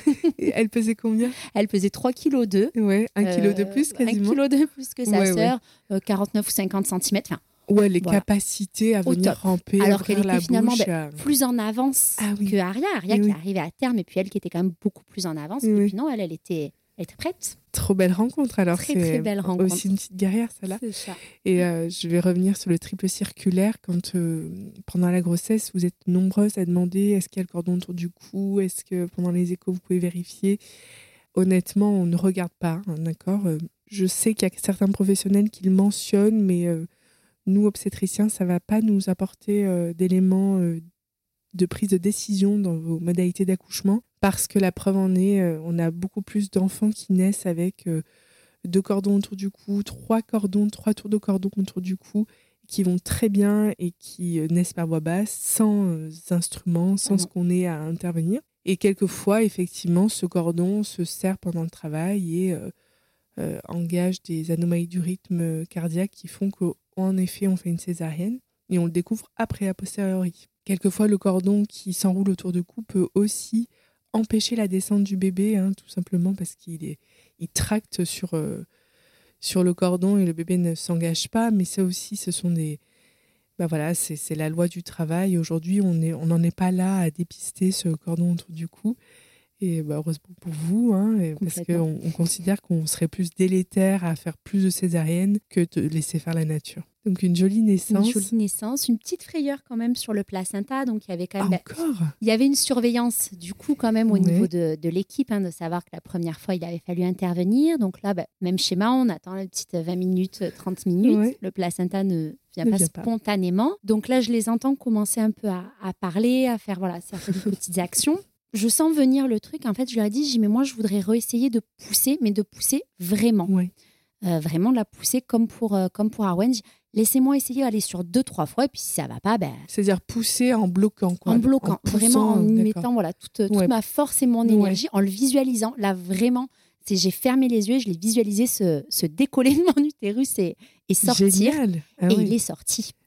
Et elle pesait combien? Elle pesait trois virgule deux kilos. Ouais, un kilo de plus quasiment. un kilo de plus que sa ouais, sœur, ouais. euh, quarante-neuf ou cinquante centimètres. Enfin, ouais, les voilà. capacités à venir ramper, alors qu'elle était la finalement bouche, ben, plus en avance ah, oui. que Aria. Aria et qui oui. arrivait à terme et puis elle qui était quand même beaucoup plus en avance. Et, et oui. puis non, elle, elle était... Elle était prête. Trop belle rencontre alors. Très, c'est très belle rencontre. Aussi une petite guerrière, celle-là. C'est ça. Et euh, je vais revenir sur le triple circulaire. Quand, euh, pendant la grossesse, vous êtes nombreuses à demander est-ce qu'il y a le cordon autour du cou? Est-ce que pendant les échos, vous pouvez vérifier? Honnêtement, on ne regarde pas, hein, d'accord? euh, Je sais qu'il y a certains professionnels qui le mentionnent, mais euh, nous, obstétriciens, ça ne va pas nous apporter euh, d'éléments euh, de prise de décision dans vos modalités d'accouchement. Parce que la preuve en est, euh, on a beaucoup plus d'enfants qui naissent avec euh, deux cordons autour du cou, trois cordons, trois tours de cordon autour du cou, qui vont très bien et qui euh, naissent par voie basse, sans euh, instruments, sans mmh. ce qu'on ait à intervenir. Et quelquefois, effectivement, ce cordon se sert pendant le travail et euh, euh, engage des anomalies du rythme cardiaque qui font qu'en effet, on fait une césarienne et on le découvre après, a posteriori. Quelquefois, le cordon qui s'enroule autour du cou peut aussi empêcher la descente du bébé, hein, tout simplement parce qu'il est, il tracte sur, euh, sur le cordon et le bébé ne s'engage pas. Mais ça aussi, ce sont des... Ben voilà, c'est, c'est la loi du travail. Aujourd'hui, on est, on n'en est pas là à dépister ce cordon autour du cou. Et ben heureusement pour vous, hein, parce qu'on on considère qu'on serait plus délétère à faire plus de césariennes que de laisser faire la nature. Donc une jolie naissance. Une jolie naissance, une petite frayeur quand même sur le placenta. Donc il y avait quand même... Encore bah, il y avait une surveillance du coup quand même au ouais. niveau de, de l'équipe, hein, de savoir que la première fois, il avait fallu intervenir. Donc là, bah, même schéma, on attend les petites vingt minutes, trente minutes. Ouais. Le placenta ne vient ne pas vient spontanément. Pas. Donc là, je les entends commencer un peu à, à parler, à faire voilà, certaines petites actions. Je sens venir le truc. En fait, je leur ai dit, j'ai dit, mais moi, je voudrais réessayer de pousser, mais de pousser vraiment. Ouais. Euh, vraiment de la pousser comme pour, euh, comme pour Arwen. Laissez-moi essayer d'aller sur deux, trois fois. Et puis, si ça ne va pas, ben... C'est-à-dire pousser en bloquant, quoi. En bloquant. En poussant, vraiment en y d'accord. mettant voilà, toute, toute ouais. ma force et mon énergie, ouais. en le visualisant. Là, vraiment, c'est, j'ai fermé les yeux et je l'ai visualisé se, se décoller de mon utérus et, et sortir. Génial. Ah et oui. il est sorti.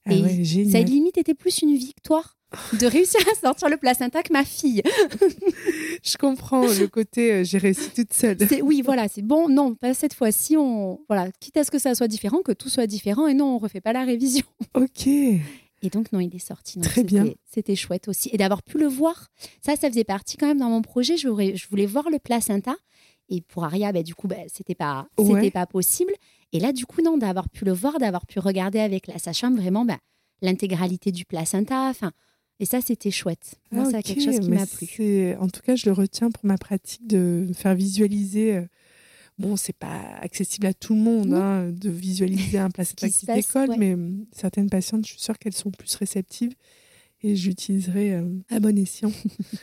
Ah et ouais, génial. ça limite était plus une victoire de réussir à sortir le placenta que ma fille. Je comprends le côté euh, j'ai réussi toute seule. C'est, oui, voilà, c'est bon. Non, pas cette fois-ci. On, voilà, quitte à ce que ça soit différent, que tout soit différent. Et non, on refait pas la révision. Ok. Et donc, non, il est sorti. Donc, Très c'était, bien. C'était chouette aussi. Et d'avoir pu le voir, ça, ça faisait partie quand même dans mon projet. Je voulais, je voulais voir le placenta. Et pour Aria, bah, du coup, bah, c'était pas, c'était Ouais. pas possible. Et là, du coup, non, d'avoir pu le voir, d'avoir pu regarder avec la sage-femme vraiment bah, l'intégralité du placenta. Enfin, et ça, c'était chouette. Moi, Ah, c'est ok, quelque chose qui mais m'a plu. c'est- En tout cas, je le retiens pour ma pratique de me faire visualiser. euh, Bon, c'est pas accessible à tout le monde hein, de visualiser un placenta qui se qui passe, décolle, ouais. mais hum, certaines patientes, je suis sûre qu'elles sont plus réceptives et j'utiliserai euh, à bon escient.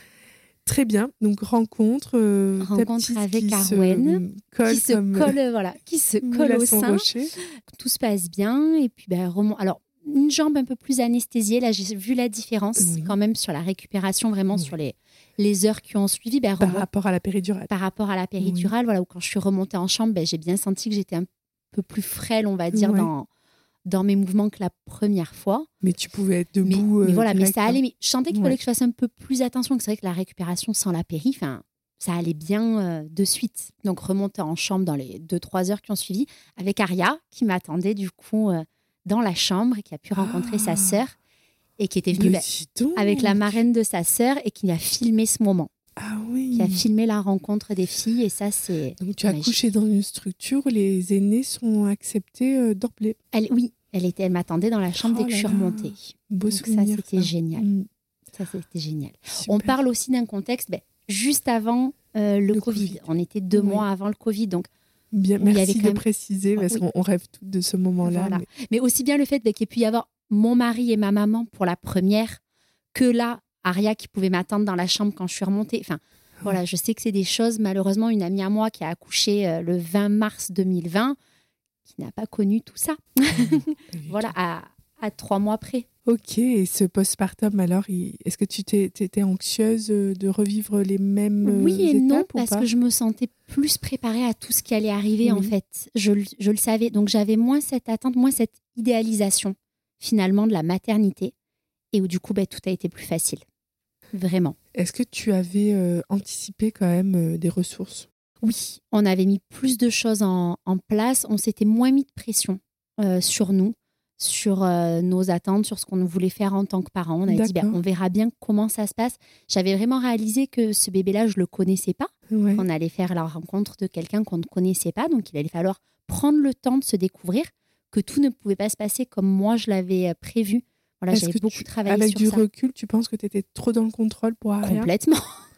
Très bien. Donc, rencontre, euh, ta Rencontre petite avec qui Arwen, se colle qui se comme colle, voilà, qui se moule colle à au son sein. rocher. Tout se passe bien. Et puis, ben, remon- alors, une jambe un peu plus anesthésiée. Là, j'ai vu la différence Oui. quand même sur la récupération, vraiment Oui. sur les, les heures qui ont suivi. Ben, Par remon- rapport à la péridurale. par rapport à la péridurale, voilà, où quand je suis remontée en chambre, ben, j'ai bien senti que j'étais un peu plus frêle, on va dire, Ouais. dans, dans mes mouvements que la première fois. Mais tu pouvais être Mais, debout. mais euh, voilà, mais direct, ça hein. allait. Mais je sentais qu'il Ouais. fallait que je fasse un peu plus attention, que c'est vrai que la récupération sans la péri, enfin, ça allait bien euh, de suite. Donc, remonter en chambre dans les deux trois heures qui ont suivi, avec Aria, qui m'attendait du coup euh, dans la chambre et qui a pu rencontrer Ah. sa sœur et qui était Mais venue bah, dis donc. avec la marraine de sa sœur et qui a filmé ce moment, Ah oui. qui a filmé la rencontre des filles. Et ça, c'est Donc tu as magique. couché dans une structure où les aînés sont acceptés euh, d'emblée. Elle, oui, elle, était, elle m'attendait dans la chambre Oh dès que là je suis là. remontée. Beau Donc ça, souvenir. c'était ça. génial. Mm, Ça, c'était génial. super. On parle aussi d'un contexte ben, juste avant euh, le, Le COVID. Covid. On était deux Oui. mois avant le Covid. Donc, Bien, où il y avait merci quand de même- préciser parce Oui. qu'on on rêve toutes de ce moment-là. Voilà. mais- mais aussi bien le fait ben, qu'il ait pu y avoir mon mari et ma maman pour la première, que là, Aria qui pouvait m'attendre dans la chambre quand je suis remontée. Enfin, voilà, je sais que c'est des choses, malheureusement, une amie à moi qui a accouché euh, le vingt mars deux mille vingt, qui n'a pas connu tout ça. Pas du Voilà, tout. à, à trois mois près. Ok, et ce postpartum, alors, il- est-ce que tu t'es, t'étais anxieuse euh, de revivre les mêmes euh, Oui et non, étapes ou parce pas que je me sentais plus préparée à tout ce qui allait arriver, en Oui. fait. Je, le- je le savais. Donc, j'avais moins cette attente, moins cette idéalisation, finalement, de la maternité. Et où, du coup, ben, tout a été plus facile. Vraiment. Est-ce que tu avais euh, anticipé quand même euh, des ressources? Oui, on avait mis plus de choses en, en place. On s'était moins mis de pression euh, sur nous, sur euh, nos attentes, sur ce qu'on voulait faire en tant que parents. On a dit, ben, D'accord. on verra bien comment ça se passe. J'avais vraiment réalisé que ce bébé-là, je ne le connaissais pas. Ouais. On allait faire la rencontre de quelqu'un qu'on ne connaissait pas. Donc, il allait falloir prendre le temps de se découvrir, que tout ne pouvait pas se passer comme moi, je l'avais euh, prévu. Voilà, Est-ce j'avais que beaucoup tu- travaillé avec sur du ça. recul, tu penses que tu étais trop dans le contrôle pour Aria? Complètement.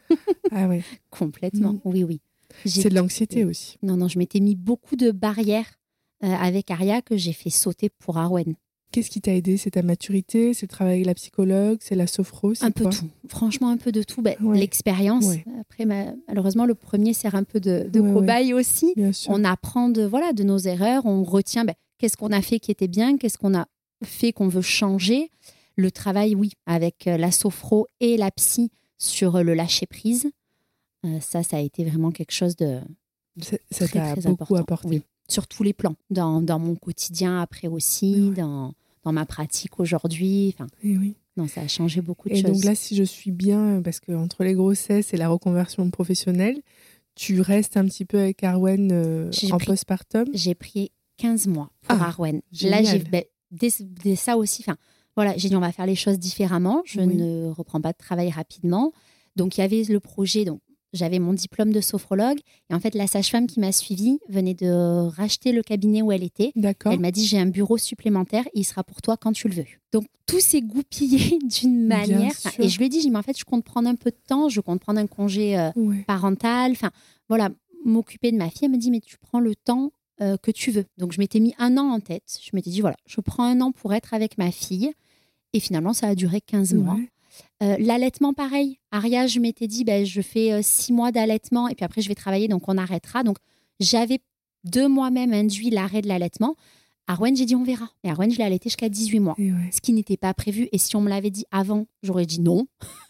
Ah ouais. Complètement. Mm. Oui, oui. J'ai- C'est de l'anxiété aussi. Non, non, je m'étais mis beaucoup de barrières euh, avec Aria que j'ai fait sauter pour Arwen. Qu'est-ce qui t'a aidé? C'est ta maturité? C'est le travail avec la psychologue? C'est la sophro? C'est Un peu quoi? tout. Franchement, un peu de tout. Ben, Ouais. L'expérience. Ouais. Après, ma- malheureusement, le premier sert un peu de, de Ouais, ouais. cobaye aussi. Bien sûr. On apprend de, voilà, de nos erreurs. On retient ben, qu'est-ce qu'on a fait qui était bien, qu'est-ce qu'on a fait qu'on veut changer. Le travail, oui, avec euh, la sophro et la psy sur euh, le lâcher-prise. Euh, ça, ça a été vraiment quelque chose de Ça ça très, t'a très beaucoup important. apporté. Oui, sur tous les plans. Dans, dans mon quotidien après aussi, Ouais. dans, dans ma pratique aujourd'hui. Enfin, Et oui. non, ça a changé beaucoup de Et choses. donc là, si je suis bien, parce que entre les grossesses et la reconversion professionnelle, tu restes un petit peu avec Arwen euh, J'ai en pris- postpartum. J'ai pris quinze mois pour Ah, Arwen. génial. Là, j'ai ben, dès, dès ça aussi. Enfin, voilà, j'ai dit on va faire les choses différemment. Je Oui. ne reprends pas de travail rapidement. Donc, il y avait le projet. Donc, j'avais mon diplôme de sophrologue. Et en fait, la sage-femme qui m'a suivie venait de racheter le cabinet où elle était. D'accord. Elle m'a dit, j'ai un bureau supplémentaire et il sera pour toi quand tu le veux. Donc, tout s'est goupillé d'une Bien manière. sûr. Et je lui ai dit, j'ai dit, mais en fait, je compte prendre un peu de temps, je compte prendre un congé euh, Ouais. parental. Enfin, voilà, m'occuper de ma fille. Elle me dit, mais tu prends le temps euh, que tu veux. Donc, je m'étais mis un an en tête. Je m'étais dit, voilà, je prends un an pour être avec ma fille. Et finalement, ça a duré quinze mois. Ouais. Euh, l'allaitement, pareil. Aria, je m'étais dit, ben, je fais euh, six mois d'allaitement et puis après, je vais travailler, donc on arrêtera. Donc, j'avais de moi-même induit l'arrêt de l'allaitement. Arwen, j'ai dit, on verra. Et Arwen, je l'ai allaité jusqu'à dix-huit mois, Et ouais. ce qui n'était pas prévu. Et si on me l'avait dit avant, j'aurais dit non.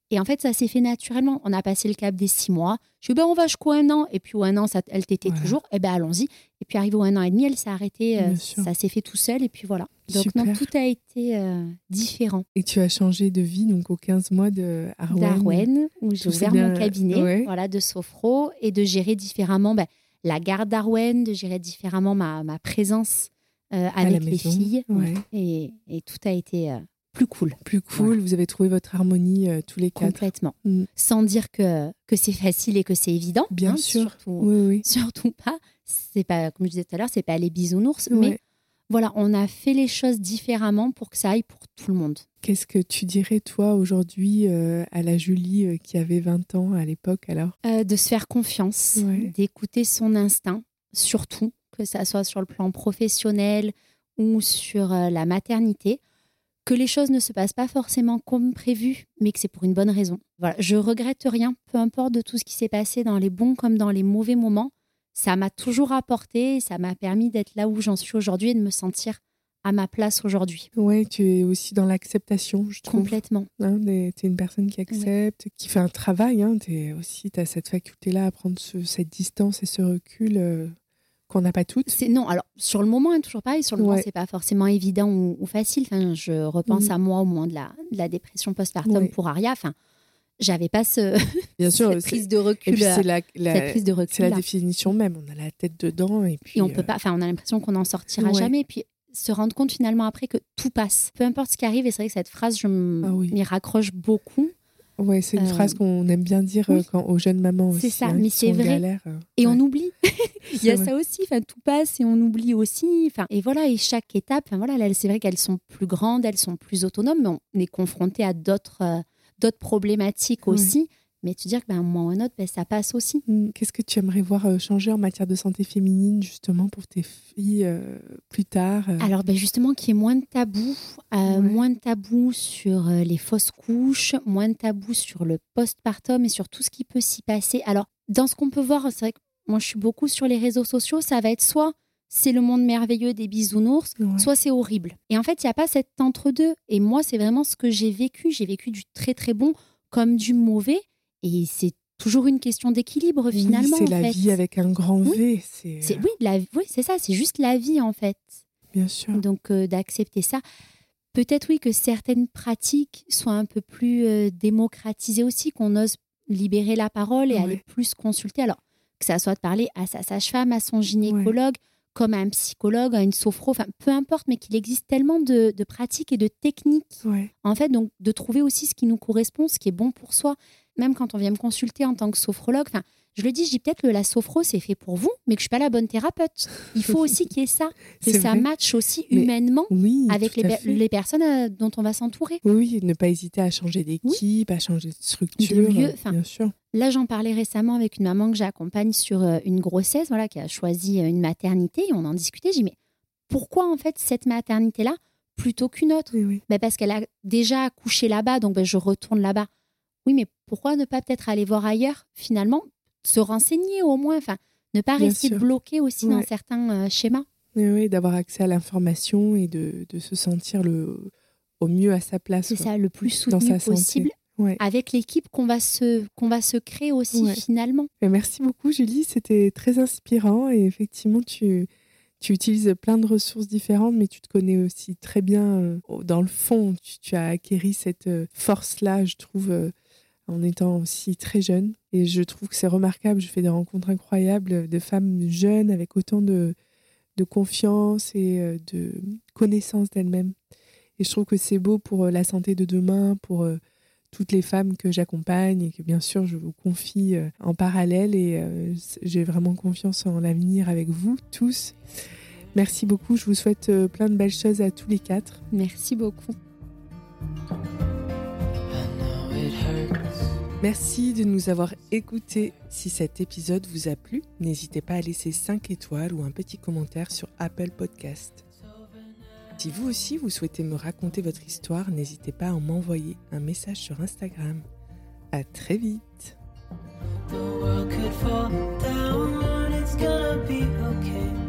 Et en fait, ça s'est fait naturellement. On a passé le cap des six mois. Je dis, ben, on va jusqu'au un an. Et puis, au un an, ça, elle t'était voilà. toujours. Eh bien, allons-y. Et puis, arrivé au un an et demi, elle s'est arrêtée. Euh, ça s'est fait tout seul. Et puis, voilà. Donc, Super. non, tout a été euh, différent. Et tu as changé de vie, donc, aux quinze mois de Arwen. D'Arwen, où j'ai ouvert bien... mon cabinet ouais. voilà, de sophro et de gérer différemment ben, la garde d'Arwen, de gérer différemment ma, ma présence euh, avec les maison. filles. Ouais. Et, et tout a été... Euh, plus cool. Plus cool, voilà. Vous avez trouvé votre harmonie euh, tous les quatre. Complètement. Mm. Sans dire que, que c'est facile et que c'est évident. Bien hein, sûr. Surtout, oui, oui. surtout pas. C'est pas, comme je disais tout à l'heure, c'est pas les bisounours. Ouais. Mais voilà, on a fait les choses différemment pour que ça aille pour tout le monde. Qu'est-ce que tu dirais, toi, aujourd'hui, euh, à la Julie euh, qui avait vingt ans à l'époque, alors euh, De se faire confiance, ouais. d'écouter son instinct, surtout, que ça soit sur le plan professionnel ou sur euh, la maternité. Que les choses ne se passent pas forcément comme prévu, mais que c'est pour une bonne raison. Voilà, je regrette rien, peu importe de tout ce qui s'est passé dans les bons comme dans les mauvais moments. Ça m'a toujours apporté, ça m'a permis d'être là où j'en suis aujourd'hui et de me sentir à ma place aujourd'hui. Ouais, tu es aussi dans l'acceptation, je trouve. Complètement. Hein, tu es une personne qui accepte, ouais. qui fait un travail. Hein, tu as cette faculté-là à prendre ce, cette distance et ce recul... Euh... qu'on n'a pas toutes. C'est, non, alors sur le moment, hein, toujours pareil, sur le ouais. moment, c'est pas forcément évident ou, ou facile. Enfin, je repense mmh. à moi au moment de la, de la dépression postpartum ouais. pour Aria. Enfin, j'avais pas ce, Bien sûr, cette prise de recul. Et puis c'est la, la, cette prise de recul. C'est la définition même. On a la tête dedans et puis. Et on peut pas. Enfin, on a l'impression qu'on n'en sortira ouais. jamais. Et puis se rendre compte finalement après que tout passe, peu importe ce qui arrive. Et c'est vrai que cette phrase, je m'y ah oui. raccroche beaucoup. Ouais, c'est une euh... phrase qu'on aime bien dire oui. quand, aux jeunes mamans aussi. C'est ça, hein, mais c'est vrai. Galère, euh... Et ouais. on oublie. Il y a vrai. ça aussi. Enfin, tout passe et on oublie aussi. Enfin, et voilà. Et chaque étape, enfin voilà, là, c'est vrai qu'elles sont plus grandes, elles sont plus autonomes, mais on est confronté à d'autres, euh, d'autres problématiques aussi. Ouais. Mais te dire qu'à un moment ou un autre, ben, ça passe aussi. Qu'est-ce que tu aimerais voir euh, changer en matière de santé féminine, justement, pour tes filles euh, plus tard euh... Alors, ben, justement, qu'il y ait moins de tabous, euh, ouais. moins de tabous sur euh, les fausses couches, moins de tabous sur le postpartum et sur tout ce qui peut s'y passer. Alors, dans ce qu'on peut voir, c'est vrai que moi, je suis beaucoup sur les réseaux sociaux, ça va être soit c'est le monde merveilleux des bisounours, ouais. soit c'est horrible. Et en fait, il n'y a pas cet entre-deux. Et moi, c'est vraiment ce que j'ai vécu. J'ai vécu du très, très bon comme du mauvais. Et c'est toujours une question d'équilibre, oui, finalement. C'est en la fait. vie avec un grand V. Oui, c'est... C'est, oui, la, oui, c'est ça. C'est juste la vie, en fait. Bien sûr. Donc, euh, d'accepter ça. Peut-être, oui, que certaines pratiques soient un peu plus euh, démocratisées aussi, qu'on ose libérer la parole et ouais. aller plus consulter. Alors, que ça soit de parler à sa sage-femme, à son gynécologue, ouais. comme à un psychologue, à une sophro, enfin, peu importe, mais qu'il existe tellement de, de pratiques et de techniques. Ouais. En fait, donc, de trouver aussi ce qui nous correspond, ce qui est bon pour soi. Même quand on vient me consulter en tant que sophrologue, enfin, je le dis, je dis peut-être que la sophro, c'est fait pour vous, mais que je ne suis pas la bonne thérapeute. Il faut aussi qu'il y ait ça, que c'est ça vrai. matche aussi mais humainement oui, avec les, les personnes euh, dont on va s'entourer. Oui, ne pas hésiter à changer d'équipe, oui. à changer de structure. De lieu, bien sûr. Là, j'en parlais récemment avec une maman que j'accompagne sur euh, une grossesse, voilà, qui a choisi euh, une maternité, et on en discutait. J'ai dit, mais pourquoi en fait cette maternité-là plutôt qu'une autre ? oui, oui. Ben, parce qu'elle a déjà accouché là-bas, donc ben, je retourne là-bas. Oui, mais pourquoi ne pas peut-être aller voir ailleurs, finalement, se renseigner au moins, enfin, ne pas Bien rester sûr. bloqué aussi ouais. dans certains euh, schémas. Oui, oui, d'avoir accès à l'information et de, de se sentir le, au mieux à sa place. C'est quoi. ça, le plus soutenu possible, ouais. avec l'équipe qu'on va se, qu'on va se créer aussi, ouais. finalement. Et merci beaucoup, Julie, c'était très inspirant et effectivement, tu... Tu utilises plein de ressources différentes, mais tu te connais aussi très bien euh, dans le fond. Tu, tu as acquéri cette euh, force-là, je trouve, euh, en étant aussi très jeune. Et je trouve que c'est remarquable. Je fais des rencontres incroyables de femmes jeunes avec autant de, de confiance et euh, de connaissance d'elles-mêmes. Et je trouve que c'est beau pour euh, la santé de demain, pour euh, toutes les femmes que j'accompagne et que bien sûr je vous confie euh, en parallèle. Et euh, j'ai vraiment confiance en l'avenir avec vous tous. Merci beaucoup. Je vous souhaite euh, plein de belles choses à tous les quatre. Merci beaucoup. Merci de nous avoir écoutés. Si cet épisode vous a plu, n'hésitez pas à laisser cinq étoiles ou un petit commentaire sur Apple Podcast. Si vous aussi vous souhaitez me raconter votre histoire, n'hésitez pas à m'envoyer un message sur Instagram. À très vite. The world could fall down, it's gonna be okay.